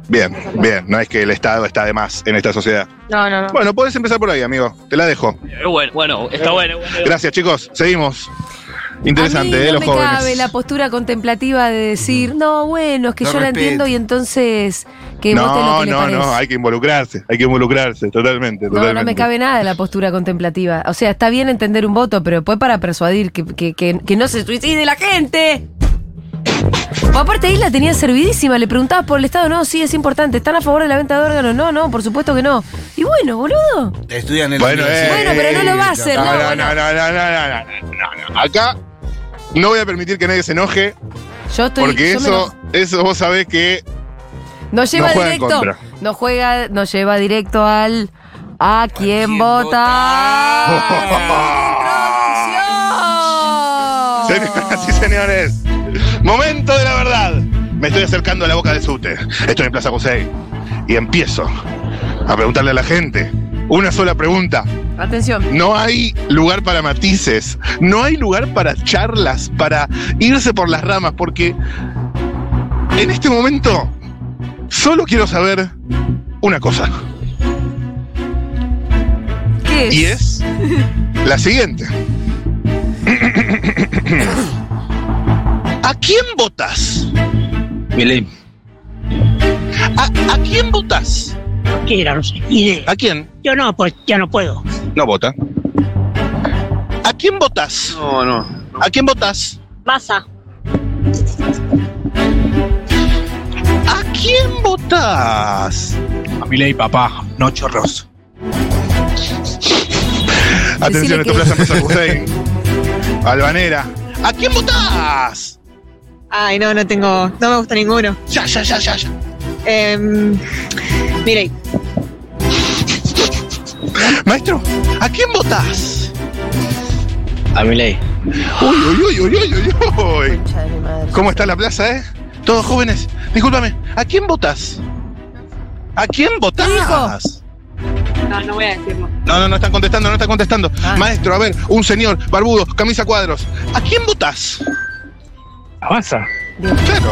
Bien, bien. No es que el Estado está de más en esta sociedad. No, no, no. Bueno, podés empezar por ahí, amigo. Te la dejo. Bueno, bueno, está bueno. bueno. Gracias, chicos. Seguimos. Interesante, a mí ¿eh? no Los me jóvenes. cabe la postura contemplativa de decir, no, bueno, es que Lo yo la respeto. entiendo y entonces que vote lo No, que le no, parece. no. Hay que involucrarse. Hay que involucrarse. Totalmente, No, totalmente. no me cabe nada de la postura contemplativa. O sea, está bien entender un voto, pero después para persuadir que, que, que, que no se suicide la gente. O aparte ahí la tenía servidísima, le preguntabas por el Estado, no, sí, es importante, ¿están a favor de la venta de órganos? No, no, por supuesto que no. Y bueno, boludo. Estudian en Bueno, la eh, Bueno, pero no lo va a hacer, no, no, no, bueno. no, no, no, no, no, no, no, no. Acá no voy a permitir que nadie se enoje. Yo estoy, Porque yo me eso, enojo. eso vos sabés que No lleva no juega en directo. contra. No juega, no lleva directo al a quién vota. Señoras y señores, momento de la verdad. Me estoy acercando a la boca de Sute. Estoy en Plaza José y empiezo a preguntarle a la gente una sola pregunta. Atención. No hay lugar para matices, no hay lugar para charlas, para irse por las ramas, porque en este momento solo quiero saber una cosa. ¿Qué es? Y es la siguiente. ¿A quién votas? Milei. ¿A, ¿A quién votas? ¿Qué era? No sé. Idea. ¿A quién? Yo no, pues ya no puedo. No vota. ¿A quién votas? No, no. ¿A quién votas? Massa. ¿A quién votas? A Milei, papá, no chorros. Atención, esto que- Plaza Plaza Hussein. Albanera. ¿A quién votás? Ay, no, no tengo. No me gusta ninguno. Ya, ya, ya, ya, ya. Eh, Milei. Maestro, ¿a quién votás? A Milei. Uy, uy, uy, uy, uy, uy, uy. ¿Cómo está la plaza, eh? Todos jóvenes. Discúlpame, ¿a quién votás? ¿A quién votás? No, no voy a decirlo. No, no, no están contestando, no están contestando. Maestro, a ver, un señor, barbudo, camisa cuadros. ¿A quién votás? A Massa. Claro.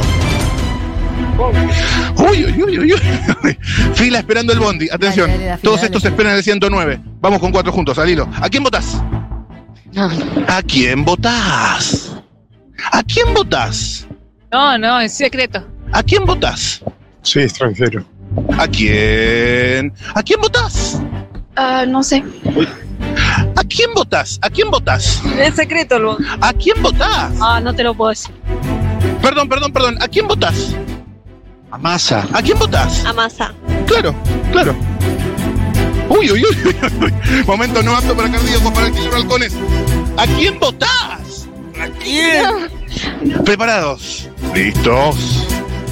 Uy, uy, uy, uy, uy. Fila esperando el bondi. Atención, Dale, dale, la fila, todos dale. estos esperan el ciento nueve. Vamos con cuatro juntos, al hilo. ¿A quién votás? ¿A quién votás? ¿A quién votás? No, no, es secreto. ¿A quién votás? Sí, extranjero. ¿A quién? ¿A quién votás? Ah, no sé. ¿A quién votás? ¿A quién votás? Es secreto el voto. ¿A quién votás? Ah, no te lo puedo decir. Perdón, perdón, perdón. ¿A quién votás? A Massa. ¿A quién votás? A Massa. Claro, claro. Uy, uy, uy, uy, uy. Momento no apto para cardíacos, para alquiler balcones. ¿A quién votás? ¿A quién? ¿Preparados? ¿Listos?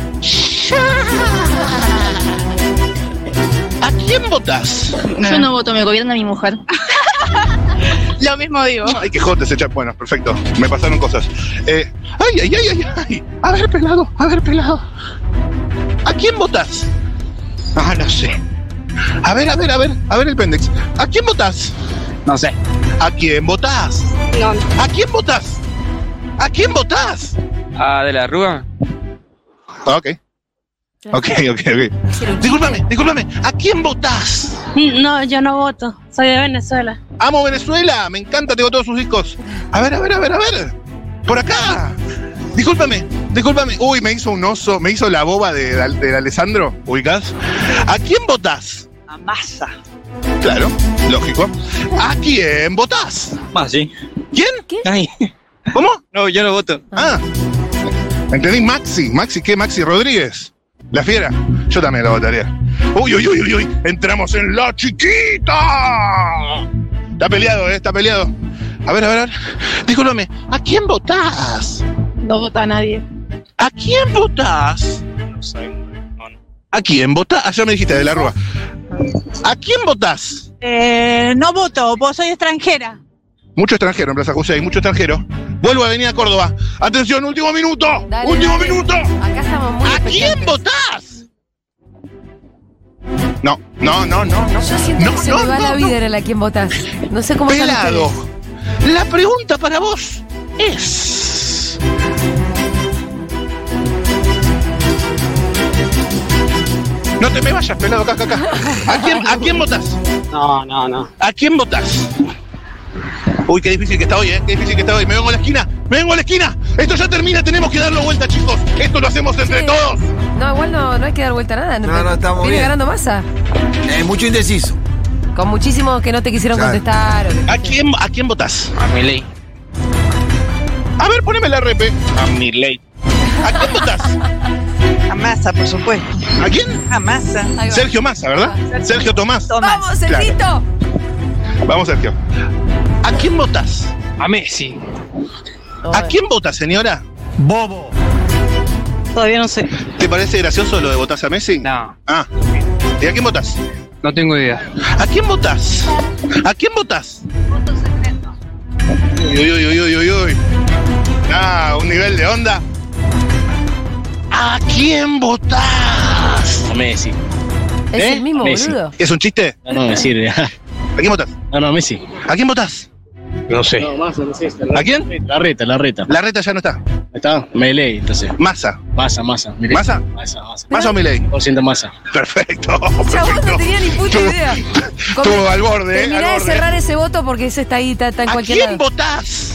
¿A quién votás? Yo no voto, me gobierna mi mujer. Lo mismo digo. Ay, qué jote ese chat. Bueno, perfecto. Me pasaron cosas. Eh, ay, ay, ay, ay, ay. A ver, pelado, a ver, pelado. ¿A quién votás? Ah, no sé. A ver, a ver, a ver, a ver el pendex. ¿A quién votás? No sé. ¿A quién votás? No, ¿A quién votás? ¿A quién votás? Ah, de la Rúa. Ah, ok. Ok, ok, ok. Discúlpame, discúlpame. ¿A quién votás? no, yo no voto. Soy de Venezuela. Amo Venezuela, me encanta, tengo todos sus discos. A ver, a ver, a ver, a ver. Por acá. Discúlpame, discúlpame. Uy, me hizo un oso, me hizo la boba de, de, de Alessandro, ubicás. ¿A quién votás? A Massa. Claro, lógico. ¿A quién votás? Ah, sí. ¿Quién? Ay. ¿Cómo? No, yo no voto. Ah. ¿Entendí? Maxi. ¿Maxi qué? Maxi Rodríguez. La fiera. Yo también la votaría. Uy, uy, uy, uy, uy. Entramos en la chiquita. Está peleado, ¿eh? Está peleado. A ver, a ver, a ver. Discúlpame. ¿A quién votás? No vota a nadie. ¿A quién votás? No sé. No, no. ¿A quién votás? Ah, ya me dijiste, de la Rúa. ¿A quién votás? Eh, no voto, vos soy extranjera. Mucho extranjero en Plaza José, mucho extranjero. Vuelvo a Avenida Córdoba. Atención, último minuto. Dale, último dale. minuto. Acá estamos muy ¿A quién expectantes. votás? No, no, no, no, no. Yo siento No, que se no, me va no, la no. vida en la quien votás. No sé cómo están Pelado. ustedes. La pregunta para vos es... No te me vayas, pelado, acá, acá, acá. ¿A quién, ¿A quién votás? No, no, no. ¿A quién votás? Uy, qué difícil que está hoy, ¿eh? Qué difícil que está hoy. Me vengo a la esquina, me vengo a la esquina. Esto ya termina, tenemos que darlo vuelta, chicos. Esto lo hacemos entre Sí. todos. No, igual no, no hay que dar vuelta a nada. No, no, estamos Viene bien. ganando Massa. Eh, mucho indeciso. Con muchísimos que no te quisieron Claro. contestar. o que- ¿A quién, ¿A quién votás? A Milei. A ver, poneme la R P. A Milei. ¿A quién votás? A Massa, por supuesto. ¿A quién? A Massa. Ahí va. Sergio Massa, ¿verdad? Sergio Tomás. Tomás. ¡Vamos, Sergito! Vamos, Sergio. ¿A quién votás? A Messi. ¿A quién vota, señora? Bobo. Todavía no sé. ¿Te parece gracioso lo de votarse a Messi? No. Ah. ¿Y a quién votás? No tengo idea. ¿A quién votás? ¿A quién votás? Uy, uy, uy, uy, uy, uy. Ah, un nivel de onda. ¿A quién votás? A Messi. Es ¿Eh? el mismo, Messi. boludo. ¿Es un chiste? No, no me sirve. ¿A quién votás? No, no, Messi. ¿A quién votás? No sé. No, Massa, no sé. ¿A quién? La reta, la reta. La reta ya no está. ¿Está? Milei, entonces. Massa. Massa, Massa. Milei. ¿Massa? Massa, Massa. ¿Massa o Milei? Por ciento Massa. Perfecto. Chabón no perfecto. tenía ni puta Estuvo- idea. Estuvo al borde, ¿eh? Terminá Al de borde. cerrar ese voto porque ese está ahí, está, está en ¿A cualquier quién lado. votás?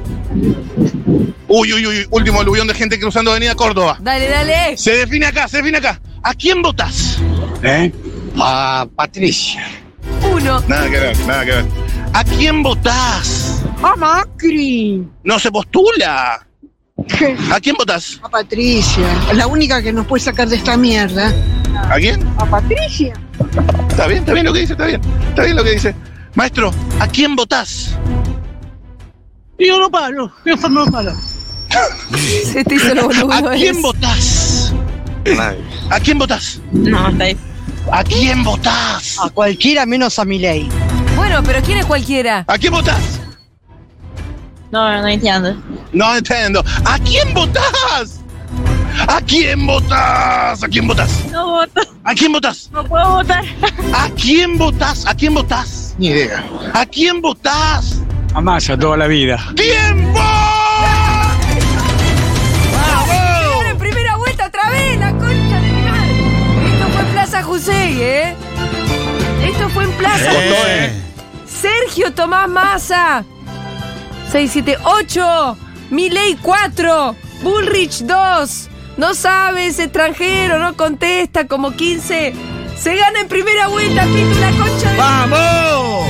Uy, uy, uy, último aluvión de gente cruzando Avenida Córdoba. Dale, dale. Se define acá, se define acá. ¿A quién votás? ¿Eh? A Patricia. Uno. Nada que ver, nada que ver. ¿A quién votás? A Macri. No se postula. ¿A quién votás? A Patricia. La única que nos puede sacar de esta mierda. ¿A quién? A Patricia. Está bien, está bien lo que dice, está bien. Está bien lo que dice. Maestro, ¿a quién votás? Yo no paro. Yo no paro. Se te hizo lo boludo. ¿A quién ese. votás? ¿A quién votás? No, está ahí. ¿A quién votás? A cualquiera menos a Milei. Bueno, pero ¿quién es cualquiera? ¿A quién votás? No, no entiendo. No entiendo. ¿A quién votás? ¿A quién votás? ¿A quién votás? No voto. ¿A quién votás? No puedo votar. ¿A quién votás? ¿A quién votás? Ni idea. ¿A quién votás? A Massa toda la vida. ¡Tiempo! ¡Vamos! En primera vuelta otra vez, la concha de mi madre. Esto fue en Plaza Jusey, ¿eh? Esto fue en Plaza Eh. Sergio Tomás Massa. seis siete ocho. Milei cuatro. Bullrich dos. No sabes, extranjero, no contesta, como quince. Se gana en primera vuelta, Pitu, la concha de... ¡Vamos!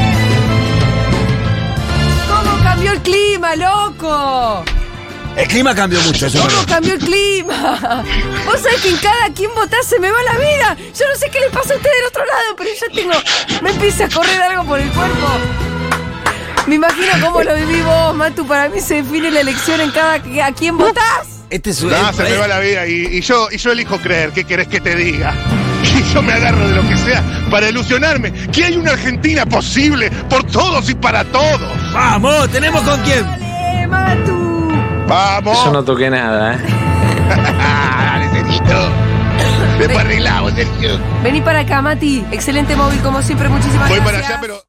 ¿Cómo cambió el clima, loco? El clima cambió mucho, eso es ¿Cómo verdad. cambió el clima? Vos sabés que en cada quien votás se me va la vida. Yo no sé qué le pasa a usted del otro lado, pero yo tengo... Me empieza a correr algo por el cuerpo. Me imagino cómo lo viví vos, Matu. Para mí se define la elección en cada... ¿A quién votás? Este es un. No, se me va la vida y, y yo, y yo elijo creer. ¿Qué querés que te diga? Y yo me agarro de lo que sea para ilusionarme que hay una Argentina posible por todos y para todos. ¡Vamos! ¿Tenemos con quién? Dale, Matu. ¡Vamos! Yo no toqué nada, ¿eh? Dale, Sergito. Después arreglamos, Sergio. Vení para acá, Mati. Excelente móvil, como siempre. Muchísimas Voy gracias. para allá, pero...